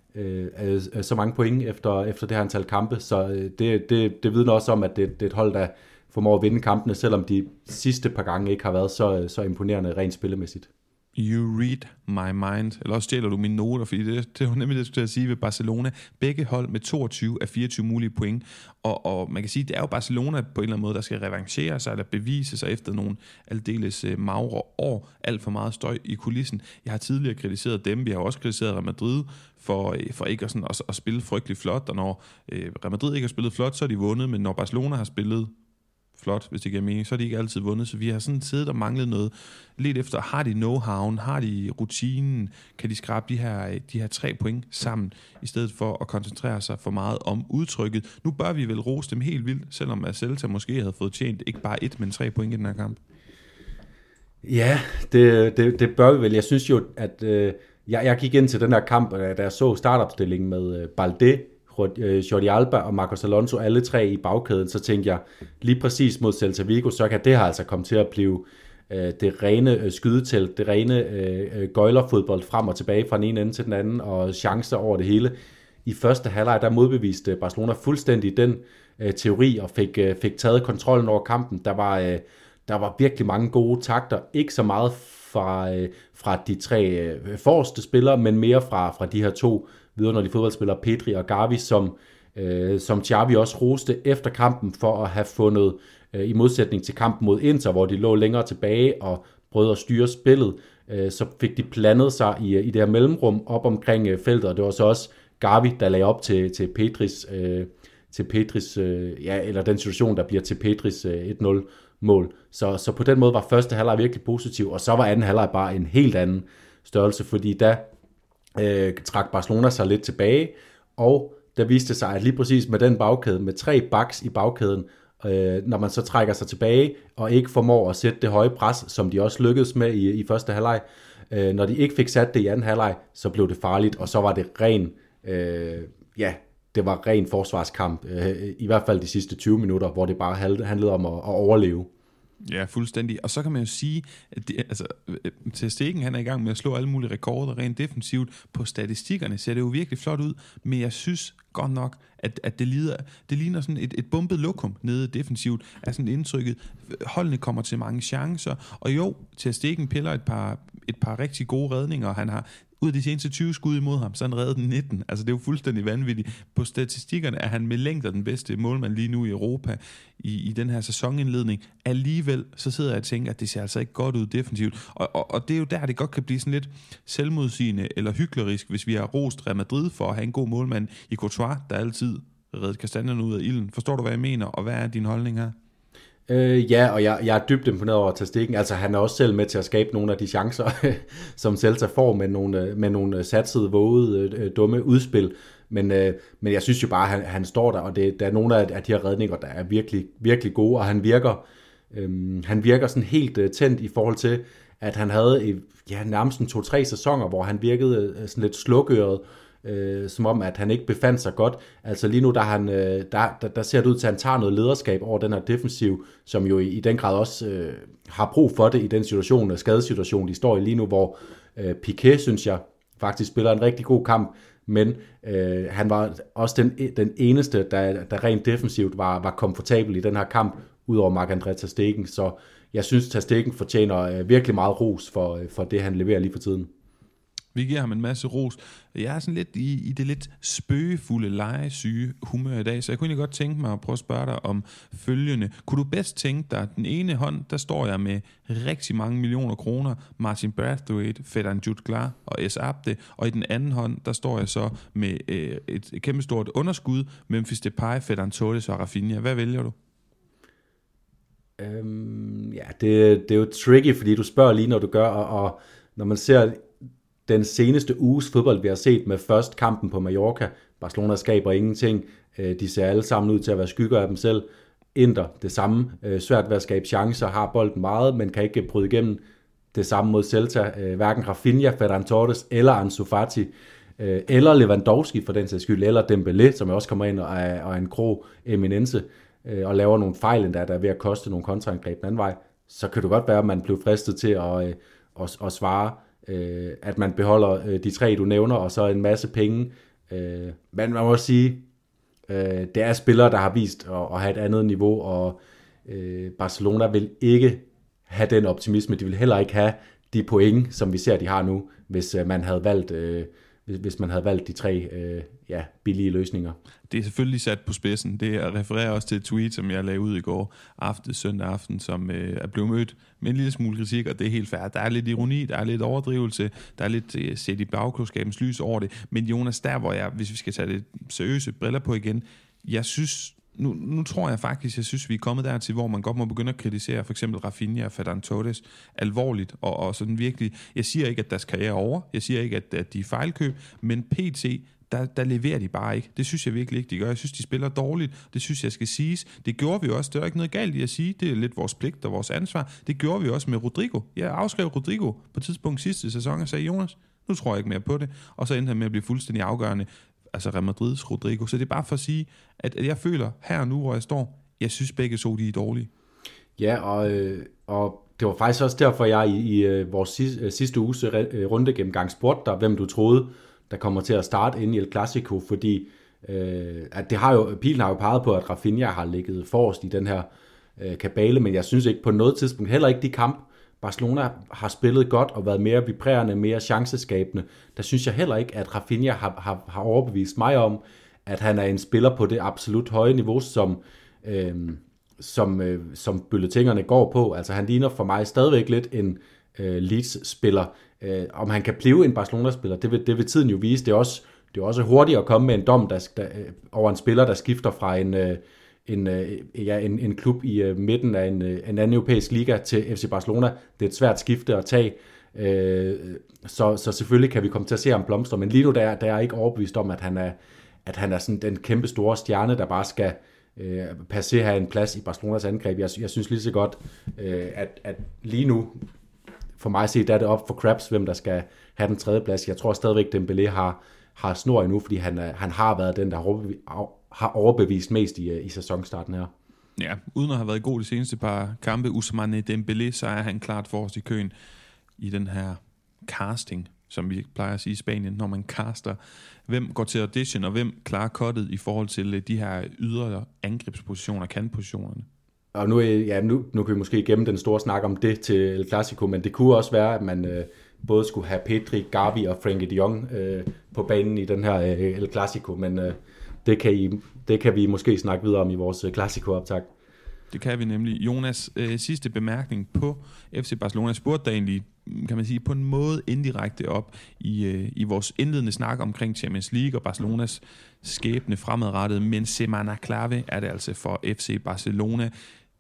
øh, så mange point efter, efter det her antal kampe. Så øh, det, det, det vidner også om, at det, det er et hold, der formår at vinde kampene, selvom de sidste par gange ikke har været så, så imponerende rent spillemæssigt. You read my mind. Eller også stjæler du mine noter, fordi det, det var nemlig det, jeg skulle sige ved Barcelona. Begge hold med toogtyve af fireogtyve mulige point. Og, og man kan sige, det er jo Barcelona på en eller anden måde, der skal revancere sig, eller bevise sig efter nogle aldeles uh, magre år. Alt for meget støj i kulissen. Jeg har tidligere kritiseret dem. Vi har også kritiseret Real Madrid for, for ikke at, sådan, at, at spille frygtelig flot. Og når uh, Real Madrid ikke har spillet flot, så er de vundet. Men når Barcelona har spillet flot, hvis det giver mening, så har de ikke altid vundet, så vi har sådan siddet og manglet noget lidt efter, har de know-how, har de rutinen, kan de skrabe de her, de her tre point sammen, i stedet for at koncentrere sig for meget om udtrykket. Nu bør vi vel rose dem helt vildt, selvom at Celta måske havde fået tjent ikke bare et, men tre point i den her kamp. Ja, det, det, det bør vi vel. Jeg synes jo, at øh, jeg, jeg gik ind til den her kamp, da jeg så startopstillingen med øh, Balde, Jordi Alba og Marcos Alonso, alle tre i bagkæden, så tænkte jeg lige præcis mod Celta Vigo, så kan det her altså komme til at blive øh, det rene øh, skydetelt, det rene øh, gøjlerfodbold frem og tilbage fra den ene ende til den anden, og chancer over det hele. I første halvleg, der modbeviste Barcelona fuldstændig den øh, teori, og fik, øh, fik taget kontrollen over kampen. Der var, øh, der var virkelig mange gode takter, ikke så meget fra, øh, fra de tre øh, forreste spillere, men mere fra, fra de her to vidunderlige fodboldspillere, Pedri og Gavi, som, øh, som Xavi også roste efter kampen for at have fundet, øh, i modsætning til kampen mod Inter, hvor de lå længere tilbage og prøvede at styre spillet, øh, så fik de blandet sig i, i det her mellemrum op omkring øh, feltet, og det var så også Gavi, der lagde op til, til Pedris, øh, til Pedris øh, ja, eller den situation, der bliver til Pedris øh, et nul mål. Så, så på den måde var første halvleg virkelig positiv, og så var anden halvleg bare en helt anden størrelse, fordi da Øh, trak Barcelona sig lidt tilbage, og der viste sig, at lige præcis med den bagkæde, med tre backs i bagkæden, øh, når man så trækker sig tilbage, og ikke formår at sætte det høje pres, som de også lykkedes med i, i første halvleg, øh, når de ikke fik sat det i anden halvleg, så blev det farligt, og så var det ren, øh, ja, det var ren forsvarskamp, øh, i hvert fald de sidste tyve minutter, hvor det bare handlede om at, at overleve. Ja, fuldstændig. Og så kan man jo sige, at det, altså, Ter Stegen, han er i gang med at slå alle mulige rekorder rent defensivt. På statistikkerne ser det jo virkelig flot ud, men jeg synes godt nok, at, at det, lider, det ligner sådan et, et bumpet lokum nede defensivt, er sådan indtrykket. Holdene kommer til mange chancer, og jo, Ter Stegen piller et par, et par rigtig gode redninger, og han har ud af de seneste tyve skud imod ham, så han reddet nitten. Altså det er jo fuldstændig vanvittigt. På statistikkerne er han med længder den bedste målmand lige nu i Europa i, i den her sæsonindledning. Alligevel så sidder jeg og tænker, at det ser altså ikke godt ud defensivt. Og, og, og det er jo der, det godt kan blive sådan lidt selvmodsigende eller hyklerisk, hvis vi har rost Real Madrid for at have en god målmand i Courtois, der altid reddet kastanjerne ud af ilden. Forstår du, hvad jeg mener, og hvad er din holdning her? Øh, ja, og jeg, jeg er dybt imponeret over Ter Stegen. Altså, han er også selv med til at skabe nogle af de chancer, som Celta får med nogle, med nogle satsede, vågede, dumme udspil. Men, øh, men jeg synes jo bare, at han, han står der, og det, der er nogle af de her redninger, der er virkelig, virkelig gode, og han virker, øh, han virker sådan helt øh, tændt i forhold til, at han havde ja, nærmest en to-tre sæsoner, hvor han virkede øh, sådan lidt slukøret, øh, som om, at han ikke befandt sig godt. Altså lige nu, der, han, øh, der, der, der ser det ud til, at han tager noget lederskab over den her defensiv, som jo i, i den grad også øh, har brug for det i den situation, skadesituation, de står i lige nu, hvor øh, Piqué, synes jeg, faktisk spiller en rigtig god kamp, men øh, han var også den, den eneste, der, der rent defensivt var, var komfortabel i den her kamp, udover Marc-André Ter Stegen, så jeg synes, Ter Stegen fortjener øh, virkelig meget ros for, øh, for det, han leverer lige for tiden. Vi giver ham en masse ros. Jeg er sådan lidt i, i det lidt spøgefulde, legesyge humør i dag, så jeg kunne egentlig godt tænke mig at prøve at spørge dig om følgende. Kunne du bedst tænke dig, den ene hånd, der står jeg med rigtig mange millioner kroner, Martin Braithwaite, Ferran Jutglar og S. Abde, og i den anden hånd, der står jeg så med øh, et, et kæmpestort underskud, Memphis Depay, Ferran Torres og Rafinha. Hvad vælger du? Øhm, ja, det, det er jo tricky, fordi du spørger lige, når du gør, og, og når man ser den seneste uges fodbold, vi har set med først kampen på Mallorca, Barcelona skaber ingenting, de ser alle sammen ud til at være skygger af dem selv. Inter, det samme, svært ved at skabe chancer, har bolden meget, men kan ikke bryde igennem. Det samme mod Celta, hverken Rafinha, Ferran Torres eller Ansu Fati, eller Lewandowski for den sags skyld, eller Dembélé, som også kommer ind og er, og er en grå eminence, og laver nogle fejl, der er ved at koste nogle kontraangreb den anden vej, så kan det godt være, at man bliver fristet til at, at, at svare, at man beholder de tre, du nævner, og så en masse penge. Men man må sige, det er spillere, der har vist at have et andet niveau, og Barcelona vil ikke have den optimisme. De vil heller ikke have de point, som vi ser, de har nu, hvis man havde valgt, hvis man havde valgt de tre ja, billige løsninger. Det er selvfølgelig sat på spidsen. Det refererer også til et tweet, som jeg lagde ud i går aften, søndag aften, som øh, er blevet mødt med en lille smule kritik, og det er helt fair. Der er lidt ironi, der er lidt overdrivelse, der er lidt øh, set i bagklodskabens lys over det. Men Jonas, der hvor jeg, hvis vi skal tage det seriøse briller på igen, jeg synes, nu, nu tror jeg faktisk, jeg synes, vi er kommet dertil, hvor man godt må begynde at kritisere for eksempel Rafinha og Ferran Torres alvorligt, og, og sådan virkelig, jeg siger ikke, at deres karriere er over, jeg siger ikke, at, at de er fejlkøb, men P T, Der, der leverer de bare ikke. Det synes jeg virkelig ikke, de gør. Jeg synes, de spiller dårligt. Det synes jeg skal siges. Det gjorde vi også. Det er ikke noget galt i at sige. Det er lidt vores pligt og vores ansvar. Det gjorde vi også med Rodrigo. Jeg afskrev Rodrigo på et tidspunkt sidste sæson og sagde, Jonas, nu tror jeg ikke mere på det. Og så endte han med at blive fuldstændig afgørende. Altså Real Madrids Rodrigo. Så det er bare for at sige, at jeg føler her og nu, hvor jeg står, jeg synes begge så, de er dårlige. Ja, og, og det var faktisk også derfor, jeg i, i vores sidste, sidste uges runde gennemgang spurgte dig, hvem du troede, der kommer til at starte inde i El Clasico, fordi øh, at det har jo, pilen har jo peget på, at Rafinha har ligget forrest i den her øh, kabale, men jeg synes ikke på noget tidspunkt, heller ikke de kamp, Barcelona har spillet godt og været mere vibrerende, mere chanceskabende, der synes jeg heller ikke, at Rafinha har, har, har overbevist mig om, at han er en spiller på det absolut høje niveau, som, øh, som, øh, som bulletinerne går på. Altså han ligner for mig stadigvæk lidt en øh, Leeds-spiller. Øh, om han kan blive en Barcelona-spiller, det vil, det vil tiden jo vise. Det er også, det er også hurtigt at komme med en dom der, der, over en spiller, der skifter fra en, en, ja, en, en klub i midten af en, en anden europæisk liga til F C Barcelona. Det er et svært skifte at tage, øh, så, så selvfølgelig kan vi komme til at se ham blomstre, men lige nu der, der er jeg ikke overbevist om, at han er, at han er sådan den kæmpe store stjerne, der bare skal øh, passe her en plads i Barcelonas angreb. Jeg, jeg synes lige så godt, øh, at, at lige nu for mig at se, der er det op for Krabs, hvem der skal have den tredje plads. Jeg tror stadigvæk, at Dembélé har, har snor endnu, fordi han, han har været den, der har overbevist mest i, i sæsonstarten her. Ja, uden at have været god de seneste par kampe, Ousmane Dembélé, så er han klart forrest i køen i den her casting, som vi plejer at sige i Spanien, når man caster. Hvem går til audition, og hvem klarer cuttet i forhold til de her ydre angrebspositioner, kantpositionerne? Og nu, ja, nu, nu kan vi måske gemme den store snak om det til El Clasico, men det kunne også være, at man øh, både skulle have Pedri, Gavi og Frenkie de Jong øh, på banen i den her øh, El Clasico, men øh, det, kan I, det kan vi måske snakke videre om i vores øh, Clasico-optag. Det kan vi nemlig. Jonas, øh, sidste bemærkning på F C Barcelona spurgte der egentlig, kan man sige, på en måde indirekte op i, øh, i vores indledende snak omkring Champions League og Barcelonas skæbne fremadrettet, men semana clave er det altså for F C Barcelona.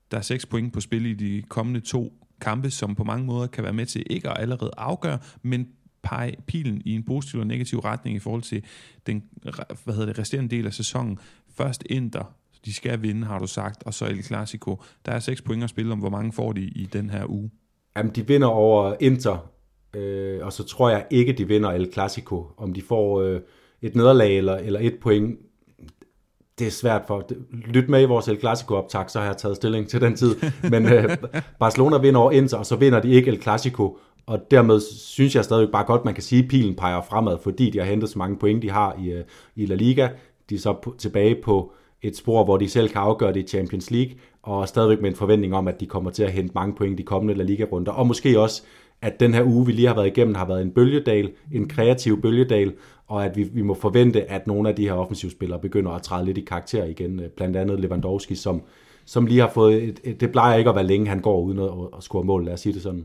Der er seks point på spil i de kommende to kampe, som på mange måder kan være med til ikke at allerede afgøre, men pege pilen i en positiv og negativ retning i forhold til den hvad hedder det, resterende del af sæsonen. Først Inter, de skal vinde, har du sagt, og så El Clasico. Der er seks point at spille om, hvor mange får de i den her uge. Jamen, de vinder over Inter, øh, og så tror jeg ikke, de vinder El Clasico. Om de får øh, et nederlag eller, eller et point, det er svært for. Lyt med i vores El Clasico-optag, så har jeg taget stilling til den tid. Men øh, Barcelona vinder over Inter, og så vinder de ikke El Clasico. Og dermed synes jeg stadig bare godt, man kan sige, at pilen peger fremad, fordi de har hentet så mange point, de har i, i La Liga. De er så på, tilbage på et spor, hvor de selv kan afgøre det i Champions League, og stadigvæk med en forventning om, at de kommer til at hente mange point de kommende La Liga-runder. Og måske også, at den her uge, vi lige har været igennem, har været en bølgedal, en kreativ bølgedal, og at vi, vi må forvente, at nogle af de her offensivspillere begynder at træde lidt i karakter igen. Blandt andet Lewandowski, som, som lige har fået, et, et, det plejer ikke at være længe, han går uden at, at score mål, lad os sige det sådan.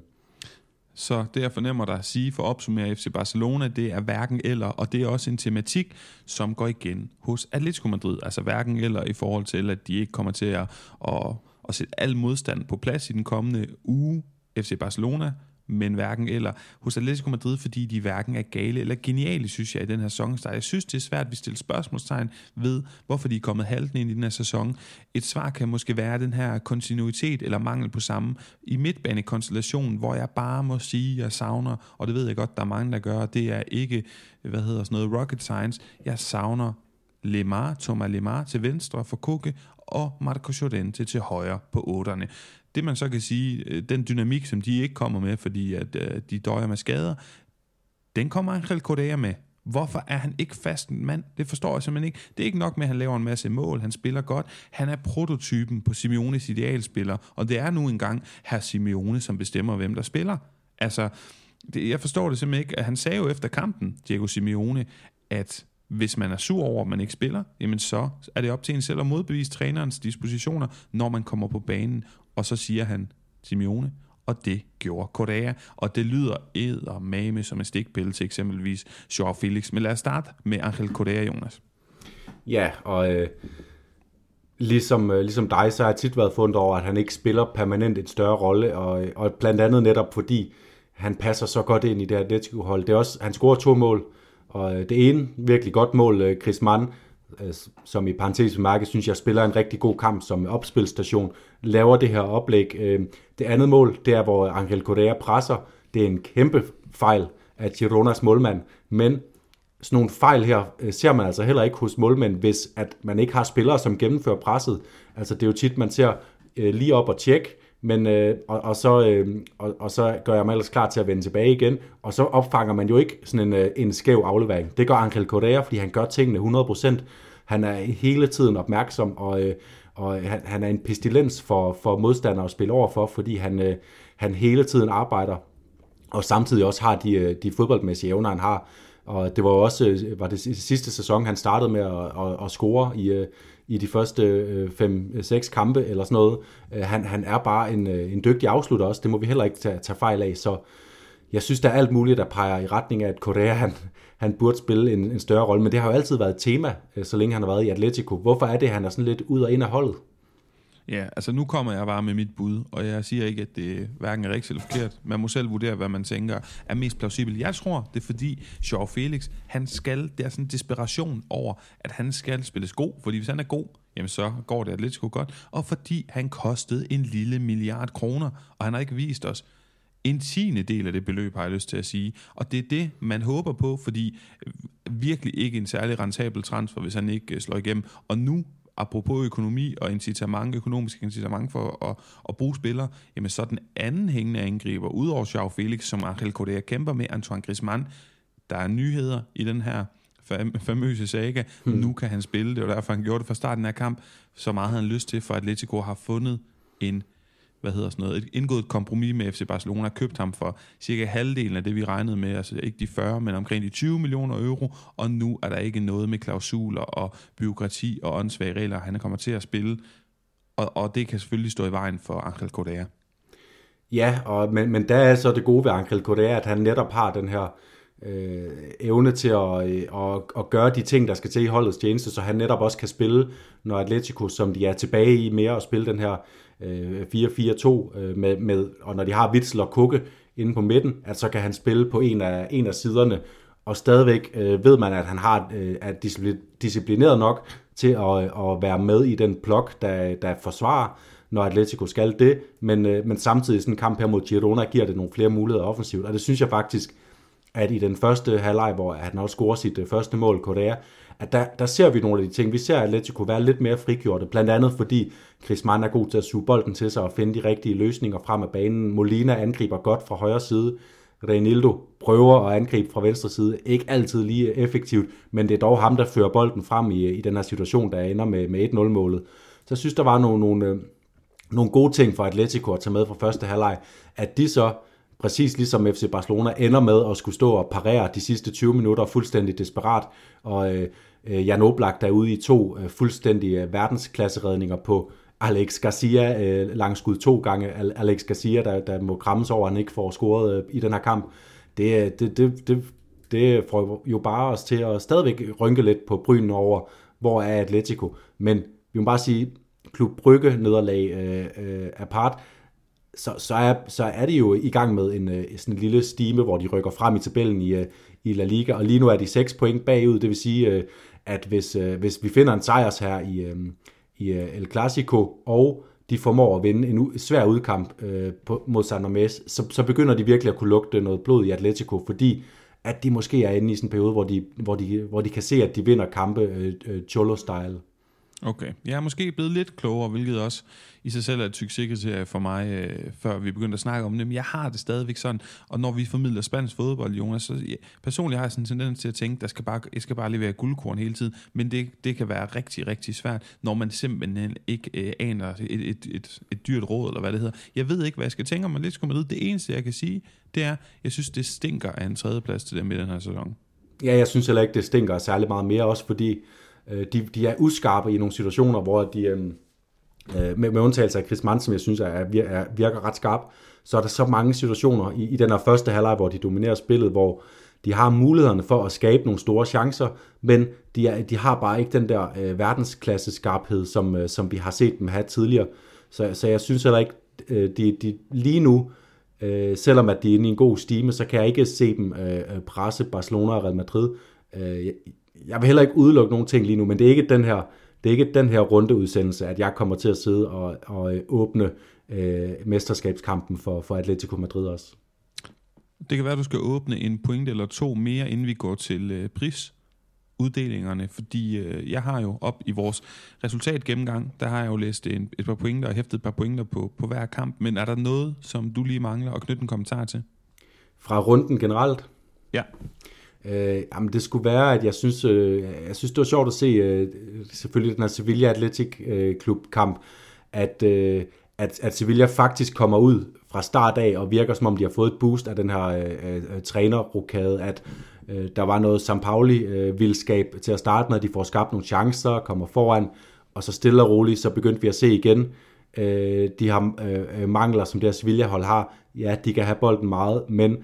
Så det, jeg fornemmer dig at sige for at opsummere F C Barcelona, det er hverken eller, og det er også en tematik, som går igen hos Atletico Madrid. Altså hverken eller i forhold til, at de ikke kommer til at, at, at sætte al modstand på plads i den kommende uge, F C Barcelona, men hverken eller hos Atletico Madrid, fordi de hverken er gale eller geniale, synes jeg, i den her sæsonstart. Jeg synes, det er svært, at vi stiller spørgsmålstegn ved, hvorfor de er kommet halten ind i den her sæson. Et svar kan måske være den her kontinuitet eller mangel på samme i midtbanekonstellationen, hvor jeg bare må sige, jeg savner, og det ved jeg godt, der er mange, der gør, det er ikke, hvad hedder sådan noget, rocket science. Jeg savner Lemar, Thomas Lemar til venstre for Koke, og Marco Llorente til højre på otterne. Det man så kan sige, den dynamik, som de ikke kommer med, fordi at øh, de døjer med skader, den kommer Angel Correa med. Hvorfor er han ikke fast en mand? Det forstår jeg simpelthen ikke. Det er ikke nok med, at han laver en masse mål, han spiller godt. Han er prototypen på Simeones idealspiller, og det er nu engang herr Simeone, som bestemmer, hvem der spiller. Altså, det, jeg forstår det simpelthen ikke. Han sagde jo efter kampen, Diego Simeone, at hvis man er sur over, at man ikke spiller, jamen så er det op til en selv at modbevise trænerens dispositioner, når man kommer på banen. Og så siger han Simeone, og det gjorde Correa. Og det lyder eddermame som en stikpille til eksempelvis Joao Felix. Men lad os starte med Angel Correa, Jonas. Ja, og øh, ligesom, øh, ligesom dig, så har jeg tit været fundet over, at han ikke spiller permanent et større rolle, og, og blandt andet netop fordi han passer så godt ind i det her Atletico-hold. Det er også, han scorer to mål, og det ene virkelig godt mål, Griezmann, som i parentes bemærket, synes jeg spiller en rigtig god kamp som opspilstation, laver det her oplæg. Det andet mål, det er, hvor Angel Correa presser. Det er en kæmpe fejl af Gironas målmand, men sådan nogle fejl her ser man altså heller ikke hos målmænd, hvis at man ikke har spillere, som gennemfører presset. Altså det er jo tit, man ser lige op og tjekke, men, øh, og, og, så, øh, og, og så gør jeg mig ellers klar til at vende tilbage igen, og så opfanger man jo ikke sådan en, en skæv aflevering. Det gør Angel Correa, fordi han gør tingene hundrede procent. Han er hele tiden opmærksom, og, øh, og han, han er en pestilens for, for modstandere at spille overfor, fordi han, øh, han hele tiden arbejder, og samtidig også har de, de fodboldmæssige evner, han har. Og det var også var det sidste sæson, han startede med at, at, at score i, i de første fem seks kampe eller sådan noget. Han, han er bare en, en dygtig afslutter også, det må vi heller ikke tage, tage fejl af. Så jeg synes, der er alt muligt, der peger i retning af, at Correa han, han burde spille en, en større rolle. Men det har jo altid været et tema, så længe han har været i Atletico. Hvorfor er det, han er sådan lidt ud og ind af holdet? Ja, altså nu kommer jeg bare med mit bud, og jeg siger ikke, at det hverken er rigtigt eller forkert. Man må selv vurdere, hvad man tænker er mest plausibelt. Jeg tror, det er fordi Joao Felix, han skal, det er sådan en desperation over, at han skal spilles god, fordi hvis han er god, jamen så går det Atletico godt, og fordi han kostede en lille milliard kroner, og han har ikke vist os en tiende del af det beløb, har jeg lyst til at sige. Og det er det, man håber på, fordi virkelig ikke en særlig rentabel transfer, hvis han ikke slår igennem. Og nu, apropos økonomi og incitament, økonomisk incitament for at, at bruge spillere, jamen så den anden hængende angriber, udover Joao Felix, som Angel Correa kæmper med, Antoine Griezmann, der er nyheder i den her fam- famøse saga. Hmm. Nu kan han spille, det var derfor, han gjorde det fra starten af kamp. Så meget havde han lyst til, for Atletico har fundet en hvad hedder sådan noget, et indgået kompromis med F C Barcelona, købt ham for cirka halvdelen af det, vi regnede med, altså ikke de fyrre, men omkring de tyve millioner euro, og nu er der ikke noget med klausuler og byråkrati og åndssvage regler, han kommer til at spille, og, og det kan selvfølgelig stå i vejen for Angel Correa. Ja, og, men, men der er så det gode ved Angel Correa, at han netop har den her øh, evne til at, øh, at, at gøre de ting, der skal til i holdets tjeneste, så han netop også kan spille, når Atletico, som de er tilbage i mere, at spille den her øh, fire fire to, øh, med, med, og når de har Witsel og Kukke inde på midten, at så kan han spille på en af, en af siderne, og stadigvæk øh, ved man, at han har øh, er disciplineret nok til at, at være med i den blok, der, der forsvarer, når Atletico skal det, men, øh, men samtidig sådan en kamp her mod Girona giver det nogle flere muligheder offensivt, og det synes jeg faktisk, at i den første halvleg, hvor han også scorer sit øh, første mål, Correa, at der, der ser vi nogle af de ting. Vi ser Atletico være lidt mere frigjorte, blandt andet fordi Griezmann er god til at suge bolden til sig og finde de rigtige løsninger frem af banen. Molina angriber godt fra højre side. Reinildo prøver at angribe fra venstre side. Ikke altid lige effektivt, men det er dog ham, der fører bolden frem i, i den her situation, der ender med, med et nul-målet. Så jeg synes, der var nogle, nogle, nogle gode ting for Atletico at tage med fra første halvleg, at de så præcis ligesom F C Barcelona ender med at skulle stå og parere de sidste tyve minutter fuldstændig desperat, og øh, Jan Oblak der er ude i to øh, fuldstændige verdensklasseredninger på Alex Garcia, øh, langskud to gange, Alex Garcia, der, der må krammes over, at han ikke får scoret øh, i den her kamp. Det, det, det, det, det får jo bare os til at stadigvæk rynke lidt på brynen over, hvor er Atletico, men vi må bare sige, Klub Brygge nederlag øh, øh, apart, Så, så, er, så er de jo i gang med en, sådan en lille stime, hvor de rykker frem i tabellen i, i La Liga, og lige nu er de seks point bagud, det vil sige, at hvis, hvis vi finder en sejrs her i, i El Clasico, og de formår at vinde en svær udkamp på, mod San Mamés, så, så begynder de virkelig at kunne lugte noget blod i Atletico, fordi at de måske er inde i sådan en periode, hvor de, hvor de, hvor de kan se, at de vinder kampe Cholo-style. Okay, jeg er måske blevet lidt klogere, hvilket også i sig selv er et succeskriterie for mig, øh, før vi begyndte at snakke om det, men jeg har det stadigvæk sådan, og når vi formidler spansk fodbold, Jonas, så ja, personligt har jeg sådan en tendens til at tænke, der skal bare, jeg skal bare levere guldkorn hele tiden, men det, det kan være rigtig, rigtig svært, når man simpelthen ikke øh, aner et, et, et, et dyrt råd, eller hvad det hedder. Jeg ved ikke, hvad jeg skal tænke om Atletico Madrid. Det eneste, jeg kan sige, det er, jeg synes, det stinker af en tredjeplads til dem i den her sæson. Ja, jeg synes heller ikke, det stinker særlig meget mere, også fordi De, de er uskarpe i nogle situationer, hvor de, øh, med, med undtagelse af Griezmann, som jeg synes er, er, virker ret skarp, så er der så mange situationer i, i den her første halvleg, hvor de dominerer spillet, hvor de har mulighederne for at skabe nogle store chancer, men de, er, de har bare ikke den der øh, verdensklasse skarphed, som, øh, som vi har set dem have tidligere. Så, så jeg synes heller ikke, øh, de, de lige nu, øh, selvom at de er inde i en god stime, så kan jeg ikke se dem øh, presse Barcelona og Real Madrid. Øh, Jeg vil heller ikke udelukke nogen ting lige nu, men det er ikke den her, det er ikke den her rundeudsendelse, at jeg kommer til at sidde og, og åbne øh, mesterskabskampen for, for Atletico Madrid også. Det kan være, at du skal åbne en pointe eller to mere, inden vi går til øh, prisuddelingerne, fordi øh, jeg har jo op i vores resultatgennemgang, der har jeg jo læst en, et par pointer og hæftet et par pointer på, på hver kamp, men er der noget, som du lige mangler at knytte en kommentar til? Fra runden generelt? Ja. Øh, jamen det skulle være, at jeg synes, øh, jeg synes det var sjovt at se øh, selvfølgelig den her Sevilla Athletic øh, Klub kamp, at, øh, at, at Sevilla faktisk kommer ud fra start af og virker som om de har fået et boost af den her øh, øh, trænerrokade, at øh, der var noget Sampaoli øh, vildskab til at starte med, at de får skabt nogle chancer, kommer foran, og så stille og roligt, så begyndte vi at se igen øh, de her øh, mangler, som det her Sevilla-hold har. Ja, de kan have bolden meget, men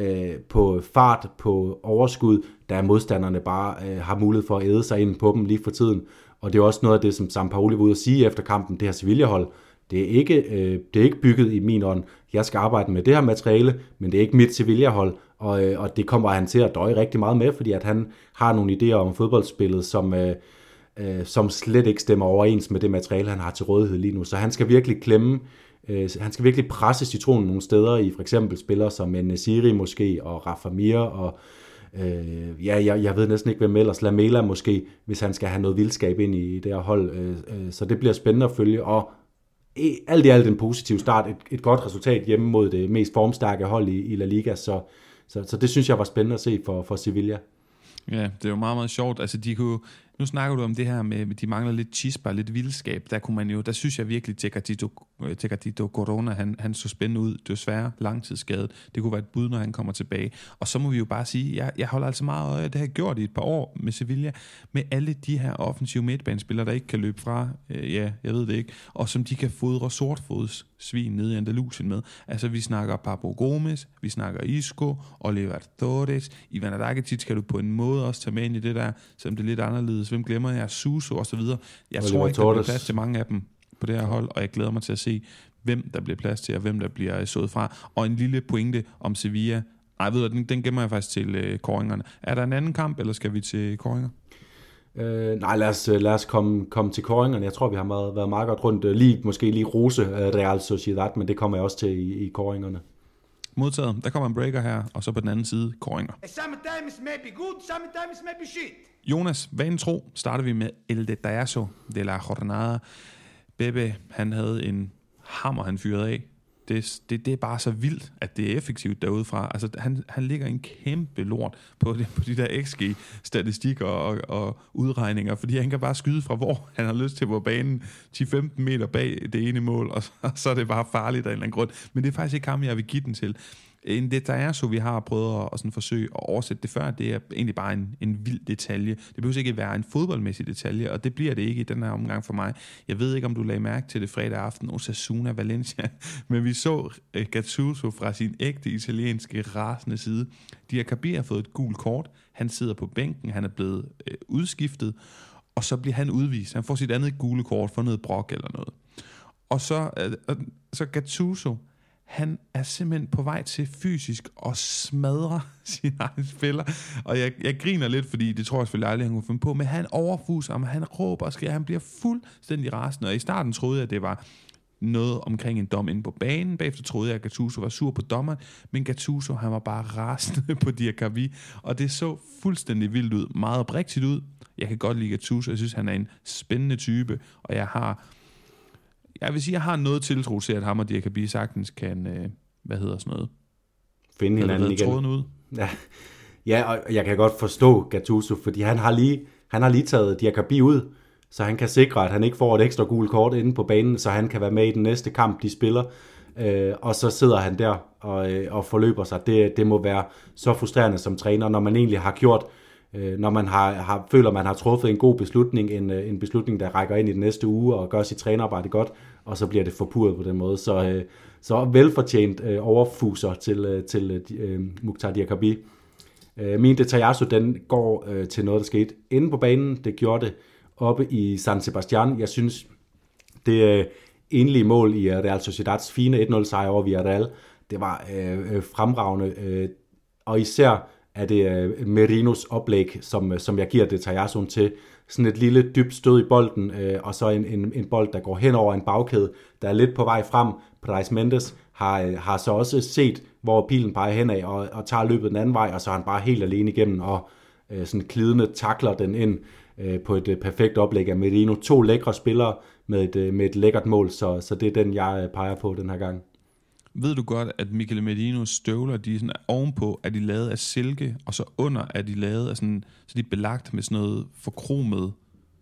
på fart, på overskud, der modstanderne bare øh, har mulighed for at æde sig ind på dem lige for tiden. Og det er også noget af det, som Sampaoli var ude at sige efter kampen, det her Sevilla-hold, det er ikke, øh, det er ikke bygget i min ånd. Jeg skal arbejde med det her materiale, men det er ikke mit Sevilla-hold, og, øh, og det kommer han til at døje rigtig meget med, fordi at han har nogle idéer om fodboldspillet, som, øh, øh, som slet ikke stemmer overens med det materiale, han har til rådighed lige nu. Så han skal virkelig klemme Han skal virkelig presse citronen nogle steder i for eksempel spillere som Nesiri måske, og Rafa Mir, og øh, ja, jeg, jeg ved næsten ikke, hvem ellers, Lamela måske, hvis han skal have noget vildskab ind i det her hold. Øh, øh, så det bliver spændende at følge, og alt i alt en positiv start, et, et godt resultat hjemme mod det mest formstærke hold i, i La Liga, så, så, så det synes jeg var spændende at se for, for Sevilla. Ja, det er jo meget, meget sjovt. Altså, de kunne, nu snakker du om det her med, de mangler lidt chispa, lidt vildskab. Der kunne man jo, der synes jeg virkelig, Tecatito, Tecatito Corona, han, han så spændende ud. Desværre langtidsskadet. Det kunne være et bud, når han kommer tilbage. Og så må vi jo bare sige, jeg, jeg holder altså meget øje, det har jeg gjort i et par år med Sevilla, med alle de her offensive midtbanespillere, der ikke kan løbe fra, øh, ja, jeg ved det ikke, og som de kan fodre sortfods svin nede i Andalusien med. Altså, vi snakker Pablo Gomes, vi snakker Isco, Oliver Torres, Ivan Rakitic kan du på en måde også tage med ind i det der, selvom det er lidt anderledes. Hvem glemmer jeg? Suso og så videre. Jeg Oliver tror ikke, Torres. der bliver plads til mange af dem. på det her hold, og jeg glæder mig til at se, hvem der bliver plads til, og hvem der bliver sået fra. Og en lille pointe om Sevilla. Ej, ved du, den, den gemmer jeg faktisk til øh, kåringerne. Er der en anden kamp, eller skal vi til kåringer? Øh, nej, lad os, lad os komme, komme til kåringerne. Jeg tror, vi har meget, været meget godt rundt. Lige, måske lige rose Real Sociedad, men det kommer jeg også til i, i kåringerne. Modtaget. Der kommer en breaker her, og så på den anden side kåringer. Sometimes may be good, sometimes may be shit. Jonas, vanen tro, starter vi med El Detallazo de la Jornada. Bebe, han havde en hammer, han fyrede af. Det, det, det er bare så vildt, at det er effektivt derudefra. Altså, han, han ligger en kæmpe lort på, det, på de der X G-statistikker og, og udregninger, fordi han kan bare skyde fra, hvor han har lyst til på banen, ti til femten meter bag det ene mål, og så, og så er det bare farligt af en eller anden grund. Men det er faktisk ikke ham, jeg vil give den til. En detalje, så vi har prøvet at sådan forsøge at oversætte det før, det er egentlig bare en, en vild detalje. Det behøver ikke være en fodboldmæssig detalje, og det bliver det ikke i den her omgang for mig. Jeg ved ikke, om du lagde mærke til det fredag aften, Osasuna Valencia, men vi så uh, Gattuso fra sin ægte italienske rasende side. Diakabir har fået et gult kort, han sidder på bænken, han er blevet uh, udskiftet, og så bliver han udvist. Han får sit andet gule kort for noget brok eller noget. Og så, uh, uh, så Gattuso, han er simpelthen på vej til fysisk at smadre sine egne spillere. Og jeg, jeg griner lidt, fordi det tror jeg selvfølgelig aldrig, han kunne finde på. Men han overfuser ham, han råber og skriger, han bliver fuldstændig rasende. Og i starten troede jeg, at det var noget omkring en dom inde på banen. Bagefter troede jeg, at Gattuso var sur på dommeren. Men Gattuso, han var bare rasende på Diakabi. Og det så fuldstændig vildt ud. Meget oprigtigt ud. Jeg kan godt lide Gattuso. Jeg synes, han er en spændende type. Og jeg har... Jeg vil sige, jeg har noget tiltro til, at ham og Diakabi sagtens kan, øh, hvad hedder sådan noget? Finde hinanden igen. Tråden ud. Ja. Ja, og jeg kan godt forstå Gattuso, fordi han har lige, han har lige taget Diakabi ud, så han kan sikre, at han ikke får et ekstra gult kort inde på banen, så han kan være med i den næste kamp, de spiller. Øh, og så sidder han der og, øh, og forløber sig. Det, det må være så frustrerende som træner, når man egentlig har gjort, øh, når man har, har, føler, man har truffet en god beslutning, en, en beslutning, der rækker ind i den næste uge og gør sit trænerarbejde godt, og så bliver det forpurret på den måde. Så, øh, så velfortjent øh, overfuser til, øh, til øh, Mukhtar Diakabi. Øh, min Detallazo, den går øh, til noget, der skete inde på banen. Det gjorde det oppe i San Sebastian. Jeg synes, det øh, endelige mål i Real Sociedads fine et nul sejr over Villarreal, det var øh, fremragende. Øh, og især er det øh, Merinos oplæg, som, som jeg giver Detallazoen til. Sådan et lille dybt stød i bolden, øh, og så en, en, en bold, der går hen over en bagkæde, der er lidt på vej frem. Price Mendes har, øh, har så også set, hvor pilen peger henad, og, og tager løbet den anden vej, og så er han bare helt alene igennem, og øh, sådan glidende takler den ind øh, på et øh, perfekt oplæg af Merino. To lækre spillere med et, øh, med et lækkert mål, så, så det er den, jeg øh, peger på den her gang. Ved du godt, at Michele Merinos støvler, de er sådan ovenpå, er de lavet af silke, og så under er de lavet af sådan, så de er belagt med sådan noget forkromet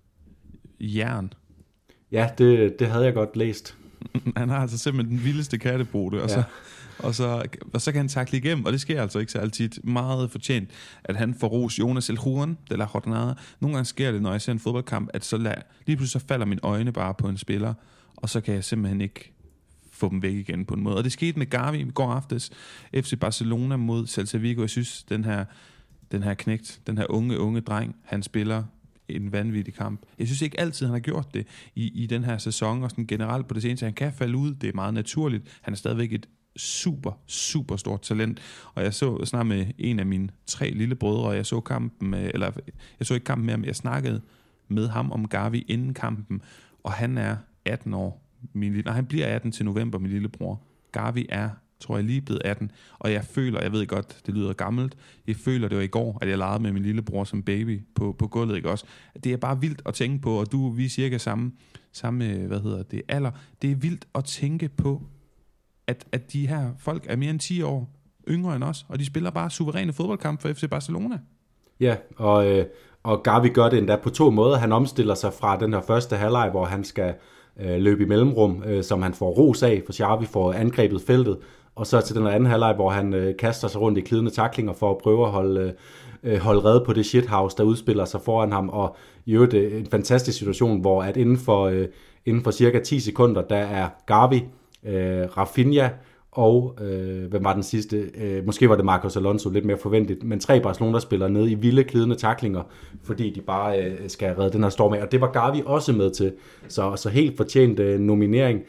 jern. Ja, det, det havde jeg godt læst. Han har altså simpelthen den vildeste kattebote, og, ja. så, og, så, og så kan han takle igennem, og det sker altså ikke så altid. Meget fortjent, at han får ros Jonas El Juan de la Jornada. Nogle gange sker det, når jeg ser en fodboldkamp, at så lad, lige pludselig så falder mine øjne bare på en spiller, og så kan jeg simpelthen ikke få dem væk igen på en måde. Og det skete med Gavi i går aftes, F C Barcelona mod Celta Vigo. Jeg synes, den her, den her knægt, den her unge, unge dreng, han spiller en vanvittig kamp. Jeg synes ikke altid, han har gjort det i, i den her sæson, og sådan generelt på det seneste. Han kan falde ud, det er meget naturligt. Han er stadigvæk et super, super stort talent. Og jeg så snart med en af mine tre lille brødre, og jeg så kampen med, eller jeg så ikke kampen med ham, jeg snakkede med ham om Gavi inden kampen, og han er atten år. Min lille, nej, han bliver atten til november, min lillebror. Gavi er, tror jeg, lige blevet atten, og jeg føler, jeg ved godt, det lyder gammelt, jeg føler, det var i går, at jeg legede med min lillebror som baby på, på gulvet, ikke også? Det er bare vildt at tænke på, og du, vi er cirka samme, samme, hvad hedder det, alder. Det er vildt at tænke på, at, at de her folk er mere end ti år yngre end os, og de spiller bare suveræne fodboldkamp for F C Barcelona. Ja, og, øh, og Gavi gør det endda på to måder. Han omstiller sig fra den her første halvleg, hvor han skal øh, løbe i mellemrum, øh, som han får ros af, for Xavi får angrebet feltet, og så til den anden halvleg, hvor han øh, kaster sig rundt i glidende tacklinger for at prøve at holde, øh, holde red på det shithouse, der udspiller sig foran ham, og i øvrigt øh, en fantastisk situation, hvor at inden for, øh, inden for cirka ti sekunder, der er Gavi, øh, Rafinha og øh, hvem var den sidste? Øh, måske var det Marcos Alonso, lidt mere forventeligt, men tre Barcelona-spillere nede i vilde, glidende tacklinger, fordi de bare øh, skal redde den her storm af, og det var Gavi også med til, så, så helt fortjent øh, nominering.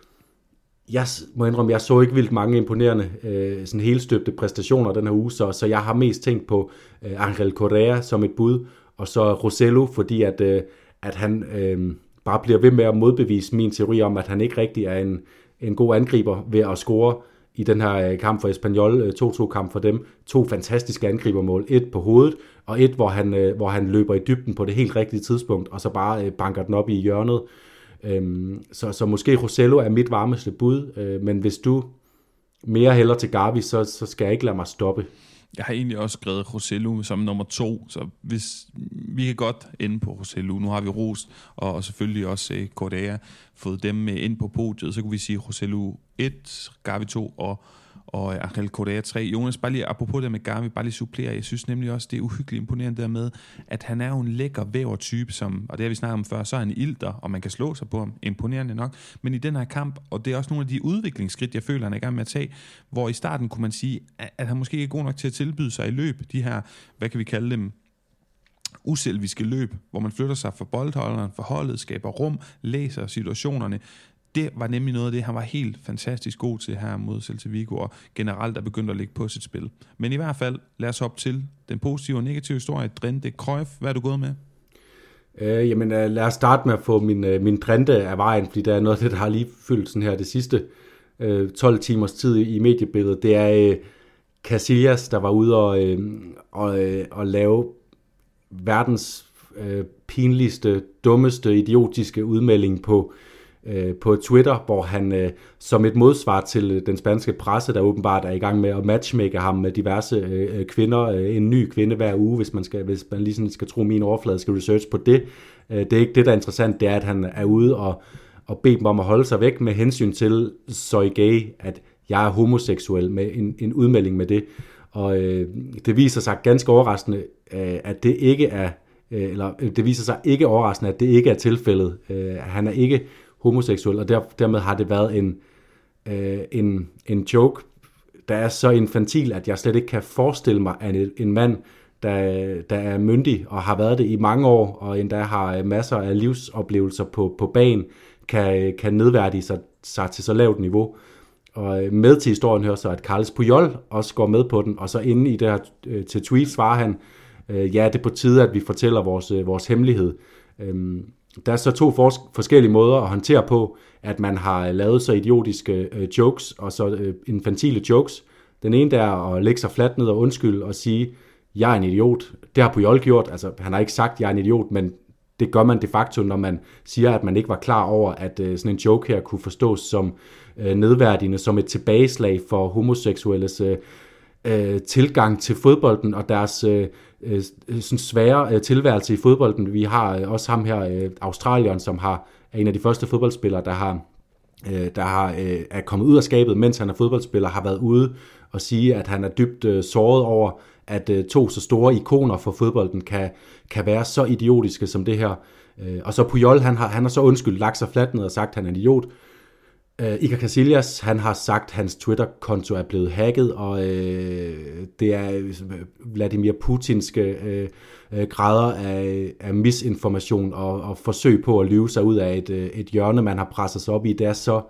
Jeg må indrømme, jeg så ikke vildt mange imponerende øh, sådan helstøbte præstationer den her uge, så, så jeg har mest tænkt på øh, Angel Correa som et bud, og så Rossello, fordi at, øh, at han øh, bare bliver ved med at modbevise min teori om, at han ikke rigtig er en, en god angriber ved at score i den her øh, kamp for Espanyol, øh, to to kamp for dem. To fantastiske angribermål, et på hovedet, og et, hvor han, øh, hvor han løber i dybden på det helt rigtige tidspunkt, og så bare øh, banker den op i hjørnet. Øhm, så, så måske Rossello er mit varmeste bud, øh, men hvis du mere hælder til Gavi, så, så skal jeg ikke lade mig stoppe. Jeg har egentlig også skrevet Rossello som nummer to, så hvis vi kan godt ende på Rossello. Nu har vi rost, og, og selvfølgelig også eh, Correa fået dem med ind på podiet, så kunne vi sige Rossello et, Gavi to og og Angel Correa tre. Jonas, bare lige apropos det med Gavi, bare lige supplere. Jeg synes nemlig også, det er uhyggeligt imponerende der med, at han er jo en lækker vævertype, som, og det har vi snakket om før, så er han ilter, og man kan slå sig på ham. Imponerende nok. Men i den her kamp, og det er også nogle af de udviklingsskridt, jeg føler, han er i gang med at tage, hvor i starten kunne man sige, at han måske ikke er god nok til at tilbyde sig i løb. De her, hvad kan vi kalde dem, uselviske løb, hvor man flytter sig fra boldholderen, for holdet, skaber rum, læser situationerne. Det var nemlig noget af det, han var helt fantastisk god til her mod Celta Vigo, og generelt er begyndt at lægge på sit spil. Men i hvert fald, lad os hoppe til den positive og negative historie. Drente Cruyff, hvad er du gået med? Øh, jamen, lad os starte med at få min, min Drente af vejen, fordi der er noget af det, der har lige fyldt sådan her det sidste øh, tolv timers tid i, i mediebilledet. Det er øh, Casillas, der var ude og, øh, og, øh, og lave verdens øh, pinligste, dummeste, idiotiske udmelding på på Twitter, hvor han øh, som et modsvar til den spanske presse, der åbenbart er i gang med at matchmake ham med diverse øh, kvinder, øh, en ny kvinde hver uge, hvis man skal, hvis man lige sådan skal tro min overfladiske research på det. Øh, det er ikke det, der er interessant, det er, at han er ude og, og beder dem om at holde sig væk med hensyn til soy gay, at jeg er homoseksuel, med en, en udmelding med det. Og øh, det viser sig ganske overraskende, øh, at det ikke er, øh, eller det viser sig ikke overraskende, at det ikke er tilfældet. Øh, han er ikke homoseksuel, og der, dermed har det været en, øh, en, en joke, der er så infantil, at jeg slet ikke kan forestille mig, at en, en mand, der, der er myndig og har været det i mange år, og endda har masser af livsoplevelser på, på banen, kan, kan nedværdige sig, sig til så lavt niveau. Og med til historien hører så, at Carles Puyol også går med på den, og så inde i det her øh, til tweet svarer han, øh, ja, det er på tide, at vi fortæller vores, øh, vores hemmelighed. Øhm, Der er så to fors- forskellige måder at håndtere på, at man har lavet så idiotiske øh, jokes, og så øh, infantile jokes. Den ene der er at lægge sig fladt ned og undskylde og sige, jeg er en idiot. Det har Puyol gjort, altså han har ikke sagt, jeg er en idiot, men det gør man de facto, når man siger, at man ikke var klar over, at øh, sådan en joke her kunne forstås som øh, nedværdigende, som et tilbageslag for homoseksuelles øh, øh, tilgang til fodbolden og deres øh, øh, sådan svære øh, tilværelse i fodbolden. Vi har øh, også ham her, øh, Australien, som har, er en af de første fodboldspillere, der har, øh, der har øh, er kommet ud af skabet, mens han er fodboldspiller, har været ude og sige, at han er dybt øh, såret over, at øh, to så store ikoner for fodbolden kan, kan være så idiotiske som det her. Øh, og så Puyol, han har, han har så undskyld lagt sig fladt ned og sagt, at han er en idiot. Uh, Iker Casillas, han har sagt, at hans Twitter-konto er blevet hacket, og uh, det er Vladimir Putinske uh, uh, grader af, af misinformation og, og forsøg på at lyve sig ud af et, uh, et hjørne, man har presset sig op i. Det er så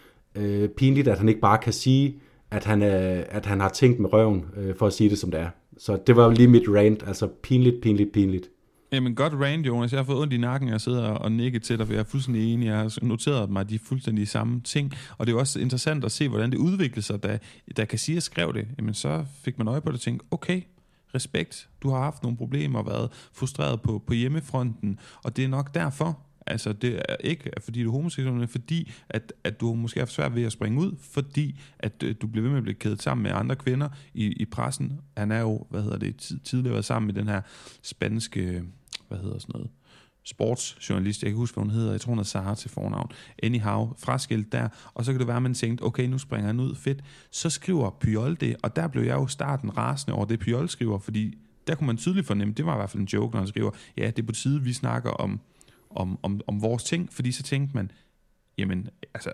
uh, pinligt, at han ikke bare kan sige, at han, uh, at han har tænkt med røven, uh, for at sige det som det er. Så det var lige mit rant, altså pinligt, pinligt, pinligt. Jamen godt rant, Jonas. Jeg har fået ondt i nakken, jeg sidder og nikker til dig, for jeg er fuldstændig enig. Jeg har noteret mig de fuldstændig samme ting, og det er også interessant at se, hvordan det udviklede sig. Da, da Casillas skrev det, jamen så fik man øje på det og tænkte, okay, respekt, du har haft nogle problemer og været frustreret på, på hjemmefronten, og det er nok derfor. Altså, det er ikke fordi du er homoseksuel, men fordi, at, at du måske er svært ved at springe ud, fordi at øh, du bliver ved med at blive kædet sammen med andre kvinder i, i pressen. Han er jo, hvad hedder det, tid, tidligere været sammen med den her spanske, hvad hedder sådan noget, sportsjournalist, jeg kan huske, hvad hun hedder, jeg tror hun hedder Sara til fornavn, anyhow, fraskilt der, og så kan det være, at man tænkte, okay, nu springer han ud, fedt. Så skriver Puyol det, og der blev jeg jo starten rasende over det, Puyol skriver, fordi der kunne man tydeligt fornemme, det var i hvert fald en joke, når han skriver, ja, det er på tide, vi snakker om Om, om, om vores ting, fordi så tænkte man, jamen, altså,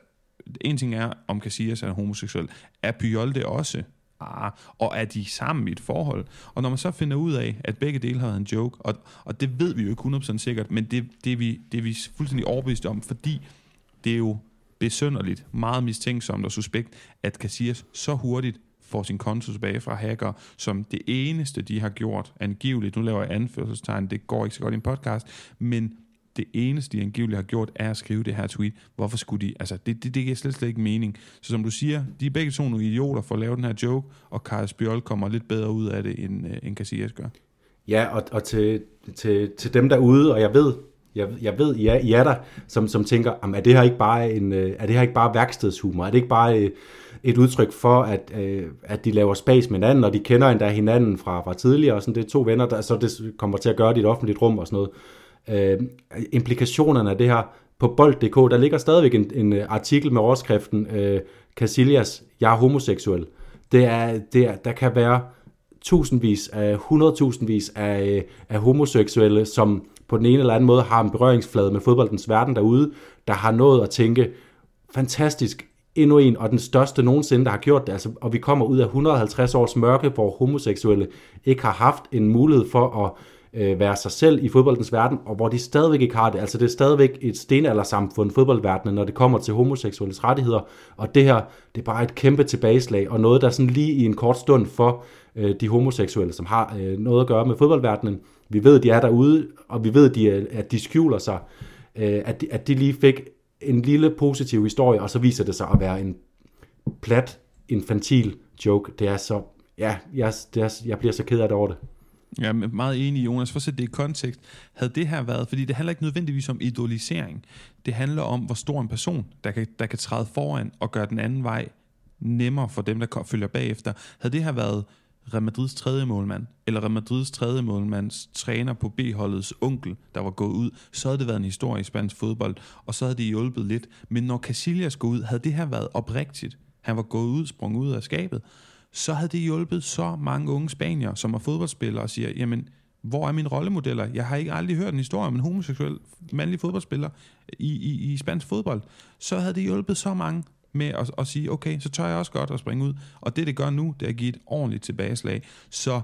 en ting er, om Casillas er homoseksuel. Er Puyol det også? Ah, og er de sammen i et forhold? Og når man så finder ud af, at begge dele har været en joke, og, og det ved vi jo ikke hundrede procent sikkert, men det, det, er vi, det er vi fuldstændig overbevist om, fordi det er jo besynderligt, meget mistænksomt og suspekt, at Casillas så hurtigt får sin konto tilbage fra hacker, som det eneste, de har gjort angiveligt, nu laver jeg anførselstegn, det går ikke så godt i en podcast, men det eneste, de angiveligt har gjort, er at skrive det her tweet. Hvorfor skulle de? Altså, det, det, det giver slet, slet ikke mening. Så som du siger, de er begge to nogle idioter for at lave den her joke, og Carles Puyol kommer lidt bedre ud af det, end, end Casillas gør. Ja, og, og til, til, til dem derude, og jeg ved, jeg, jeg ved, I er, I er der, som, som tænker, jamen, er det her ikke bare en, er det her ikke bare værkstedshumor? Er det ikke bare et udtryk for, at, at de laver spas med hinanden, og de kender endda hinanden fra, fra tidligere, og sådan, det er to venner, der så det kommer til at gøre det i et offentligt rum og sådan noget. Øh, implikationerne af det her på bold punktum d k, der ligger stadigvæk en, en artikel med overskriften øh, Casillas, jeg er homoseksuel. Det er, det er, der kan være tusindvis af, hundredtusindvis af, af homoseksuelle, som på den ene eller anden måde har en berøringsflade med fodboldens verden derude, der har nået at tænke, fantastisk, endnu en, og den største nogensinde, der har gjort det, altså, og vi kommer ud af et hundrede og halvtreds års mørke, hvor homoseksuelle ikke har haft en mulighed for at være sig selv i fodboldens verden, og hvor de stadigvæk ikke har det. Altså det er stadigvæk et stenaldersamfund, fodboldverdenen, når det kommer til homoseksuelles rettigheder, og det her, det er bare et kæmpe tilbageslag, og noget, der sådan lige i en kort stund for øh, de homoseksuelle, som har øh, noget at gøre med fodboldverdenen. Vi ved, de er derude, og vi ved, de, at de skjuler sig, øh, at, de, at de lige fik en lille positiv historie, og så viser det sig at være en plat, infantil joke. Det er så, ja, jeg, det er, jeg bliver så ked af det over det. Jeg er meget enig, Jonas. For at sætte det i kontekst, havde det her været, fordi det handler ikke nødvendigvis om idolisering. Det handler om, hvor stor en person, der kan, der kan træde foran og gøre den anden vej nemmere for dem, der følger bagefter. Havde det her været Real Madrids tredje målmand, eller Real Madrids tredje målmands træner på B-holdets onkel, der var gået ud, så havde det været en historie i spansk fodbold, og så havde det hjulpet lidt. Men når Casillas går ud, havde det her været oprigtigt. Han var gået ud, sprunget ud af skabet, så havde det hjulpet så mange unge spanier, som er fodboldspillere, og siger, jamen, hvor er mine rollemodeller? Jeg har ikke aldrig hørt en historie om en homoseksuel mandlig fodboldspiller i, i, i spansk fodbold. Så havde det hjulpet så mange med at, at sige, okay, så tør jeg også godt at springe ud. Og det, det gør nu, det er at give et ordentligt tilbageslag. Så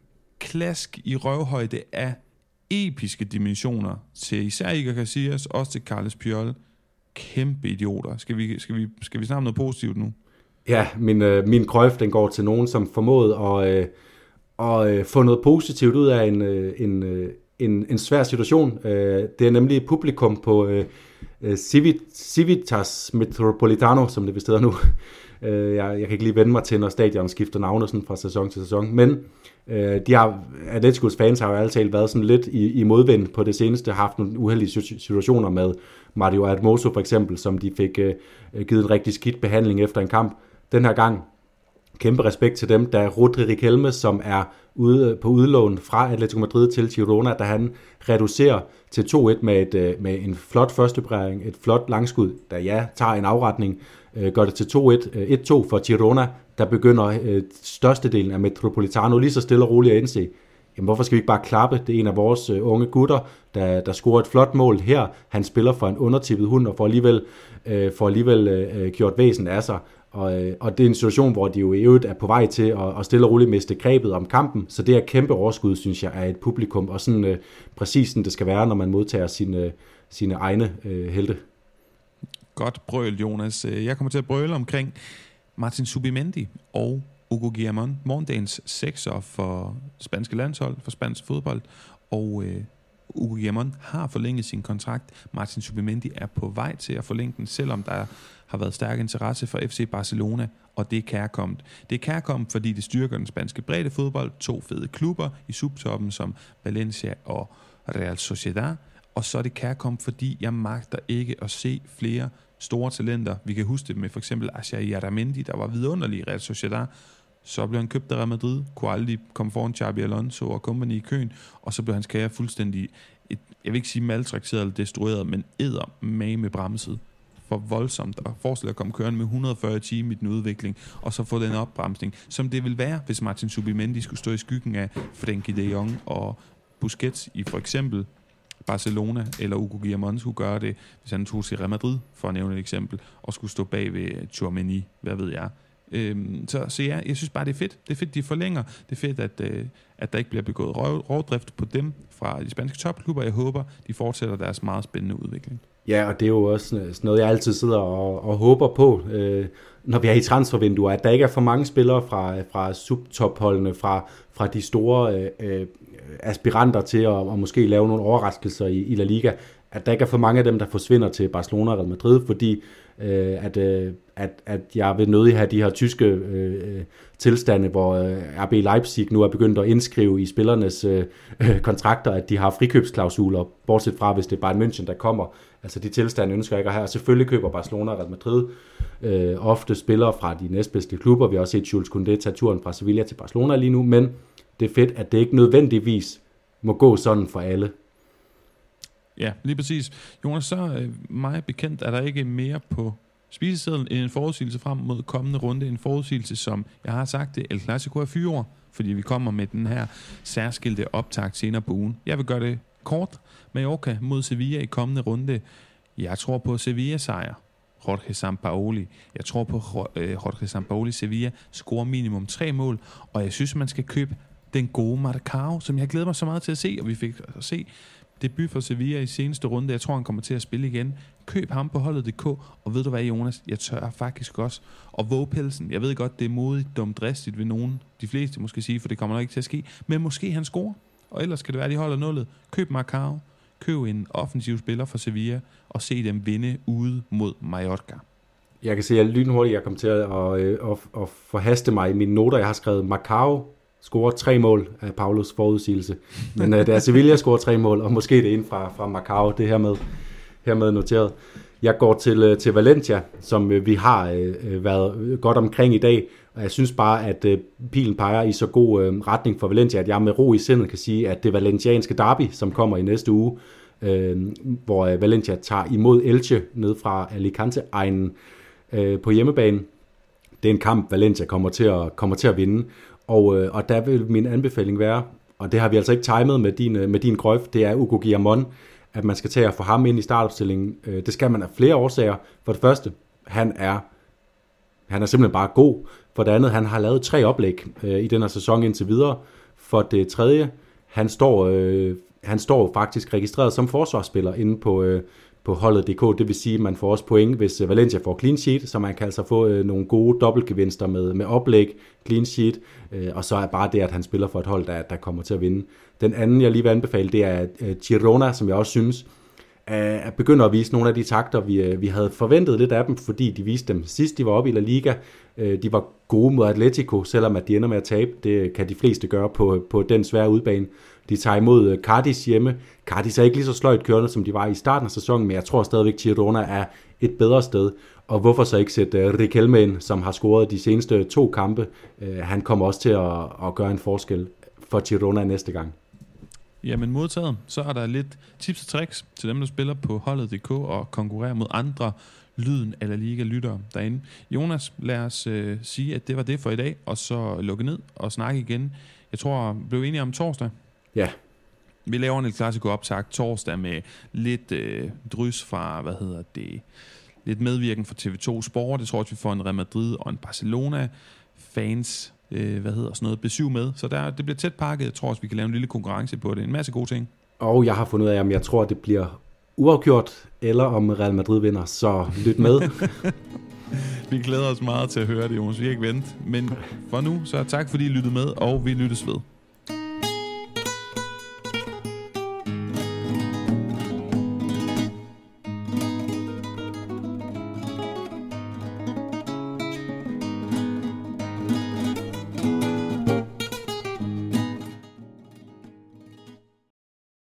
klask i røvhøjde af episke dimensioner til især Iker Casillas, også til Carles Puyol. Kæmpe idioter. Skal vi, skal vi, skal vi snakke om noget positivt nu? Ja, min, øh, min krøjf, den går til nogen, som formåede at, øh, at øh, få noget positivt ud af en, øh, en, øh, en, en svær situation. Øh, det er nemlig publikum på øh, Civit, Civitas Metropolitano, som det vist hedder nu. øh, jeg, jeg kan ikke lige vende mig til, når stadion skifter navne sådan fra sæson til sæson. Men øh, de har, Atleticos fans har jo altid været sådan lidt i, i modvind på det seneste, haft nogle uheldige situationer med Mario Hermoso for eksempel, som de fik øh, givet en rigtig skidt behandling efter en kamp. Den her gang, kæmpe respekt til dem, da Rodri Riquelme, som er ude på udlån fra Atletico Madrid til Girona, da han reducerer til to et med, et, med en flot førsteberæring, et flot langskud, der ja, tager en afretning, øh, gør det til to et, øh, et to for Girona, der begynder øh, størstedelen af Metropolitano lige så stille og roligt at indse, jamen hvorfor skal vi ikke bare klappe? Det er en af vores øh, unge gutter, der, der scorer et flot mål her. Han spiller for en undertippet hund og får alligevel, øh, får alligevel øh, gjort væsen af sig. Og, øh, og det er en situation, hvor de jo i øvrigt er på vej til at, at stille og roligt miste grebet om kampen. Så det er kæmpe overskud, synes jeg, af et publikum. Og sådan øh, præcis sådan det skal være, når man modtager sine, sine egne øh, helte. Godt brøl, Jonas. Jeg kommer til at brøle omkring Martin Zubimendi og Hugo Guillamón, morgendagens sekser for spanske landshold, for spansk fodbold, og øh, Hugo Guillamón har forlænget sin kontrakt. Martin Zubimendi er på vej til at forlænge den, selvom der har været stærk interesse for F C Barcelona, og det er kærkommet. Det er kærkommet, fordi det styrker den spanske bredde fodbold, to fede klubber i subtoppen som Valencia og Real Sociedad, og så er det kærkommet, fordi jeg magter ikke at se flere store talenter. Vi kan huske det med for eksempel Asier Aramendi, der var vidunderlig i Real Sociedad. Så blev han købt af Real Madrid, kunne aldrig komme foran Xabi Alonso og company i køen, og så blev hans karriere fuldstændig, et, jeg vil ikke sige maltrakteret eller destrueret, men eddermame med bremset. For voldsomt at forestille at komme kørende med et hundrede og fyrre timer i den udvikling, og så få den opbremsning, som det vil være, hvis Martin Zubimendi skulle stå i skyggen af Frenkie de Jong og Busquets i for eksempel Barcelona eller Hugo Guillamón skulle gøre det, hvis han tog til Real Madrid, for at nævne et eksempel, og skulle stå bag ved Tchouaméni, hvad ved jeg. Øhm, så, så ja, jeg synes bare, det er fedt. Det er fedt, de forlænger. Det er fedt, at, øh, at der ikke bliver begået røv, rovdrift på dem fra de spanske topklubber. Jeg håber, de fortsætter deres meget spændende udvikling. Ja, og det er jo også sådan noget, jeg altid sidder og, og håber på, øh, når vi er i transfervinduer, at der ikke er for mange spillere fra, fra subtopholdene, fra, fra de store øh, aspiranter til at og måske lave nogle overraskelser i, i La Liga, at der ikke er for mange af dem, der forsvinder til Barcelona og Real Madrid, fordi øh, at, øh, at, at jeg vil nødig have de her tyske øh, tilstande, hvor øh, R B Leipzig nu er begyndt at indskrive i spillernes øh, kontrakter, at de har frikøbsklausuler, bortset fra, hvis det er Bayern München, der kommer. Altså de tilstande ønsker jeg ikke at have. Selvfølgelig køber Barcelona og Real Madrid øh, ofte spillere fra de næstbedste klubber. Vi har også set Jules Koundé tage turen fra Sevilla til Barcelona lige nu, men det er fedt, at det ikke nødvendigvis må gå sådan for alle. Ja, lige præcis. Jonas, så øh, meget bekendt er der ikke mere på spisesedlen end en forudsigelse frem mod kommende runde. En forudsigelse, som jeg har sagt det, El Clasico er fire år, fordi vi kommer med den her særskilte optakt senere på ugen. Jeg vil gøre det kort. Mallorca mod Sevilla i kommende runde. Jeg tror på Sevilla-sejr. Jorge Sampaoli. Jeg tror på Jorge Sampaoli. Sevilla scorer minimum tre mål, og jeg synes, man skal købe den gode Marcao, som jeg glæder mig så meget til at se, og vi fik at se debut for Sevilla i seneste runde. Jeg tror, han kommer til at spille igen. Køb ham på holdet punktum d k, og ved du hvad, Jonas? Jeg tør faktisk også. Og vågpelsen, jeg ved godt, det er modigt, dumt, dristigt ved nogen. De fleste måske sige, for det kommer nok ikke til at ske. Men måske han scorer, og ellers kan det være, at de holder nullet. Køb Marcao, køb en offensiv spiller for Sevilla, og se dem vinde ude mod Mallorca. Jeg kan se, at jeg lynhurtigt jeg kommer til at, at, at, at forhaste mig i mine noter. Jeg har skrevet Marcao scorer tre mål af Paulos forudsigelse. Men uh, det er Sevilla scorer tre mål, og måske det er en fra, fra Marcao, det her med, hermed noteret. Jeg går til, til Valencia, som uh, vi har uh, været godt omkring i dag, og jeg synes bare, at uh, pilen peger i så god uh, retning for Valencia, at jeg med ro i sindet kan sige, at det valencianske derby, som kommer i næste uge, uh, hvor uh, Valencia tager imod Elche ned fra Alicante-egnen uh, på hjemmebane. Det er en kamp, Valencia kommer til at, kommer til at vinde. Og, øh, og der vil min anbefaling være, og det har vi altså ikke timet med din, med din grøft, det er Hugo Guillamón, at man skal tage og få ham ind i startopstillingen. Øh, det skal man af flere årsager. For det første, han er, han er simpelthen bare god. For det andet, han har lavet tre oplæg øh, i den her sæson indtil videre. For det tredje, han står, øh, han står faktisk registreret som forsvarsspiller inde på, øh, på holdet punktum d k. Det vil sige, at man får også point, hvis Valencia får clean sheet, så man kan altså få øh, nogle gode dobbeltgevinster med, med oplæg, clean sheet, øh, og så er bare det, at han spiller for et hold, der, der kommer til at vinde. Den anden, jeg lige vil anbefale, det er øh, Girona, som jeg også synes, øh, begynder at vise nogle af de takter, vi, øh, vi havde forventet lidt af dem, fordi de viste dem sidst, de var oppe i La Liga. Øh, de var gode mod Atletico, selvom at de ender med at tabe. Det kan de fleste gøre på, på den svære udbane. De tager imod Cardis hjemme. Cardis er ikke lige så sløjt kørende, som de var i starten af sæsonen, men jeg tror stadigvæk, at Girona er et bedre sted. Og hvorfor så ikke sætte Riquelme ind, som har scoret de seneste to kampe? Han kommer også til at, at gøre en forskel for Girona næste gang. Jamen modtaget, så er der lidt tips og tricks til dem, der spiller på holdet punktum d k og konkurrerer mod andre lyden eller liga-lyttere derinde. Jonas, lad os øh, sige, at det var det for i dag, og så lukke ned og snakke igen. Jeg tror, vi blev enige om torsdag. Ja. Vi laver en El Clasico optakt torsdag med lidt øh, drys fra, hvad hedder det, lidt medvirken fra T V to Sport. Jeg tror også, vi får en Real Madrid og en Barcelona fans, øh, hvad hedder sådan noget, besøg med. Så der, det bliver tæt pakket. Jeg tror også, vi kan lave en lille konkurrence på det. En masse gode ting. Og jeg har fundet ud af, om jeg tror, det bliver uafgjort, eller om Real Madrid vinder. Så lyt med. Vi glæder os meget til at høre det, Jonas. Vi kan ikke vente. Men for nu, så tak fordi I lyttede med, og vi lyttes ved.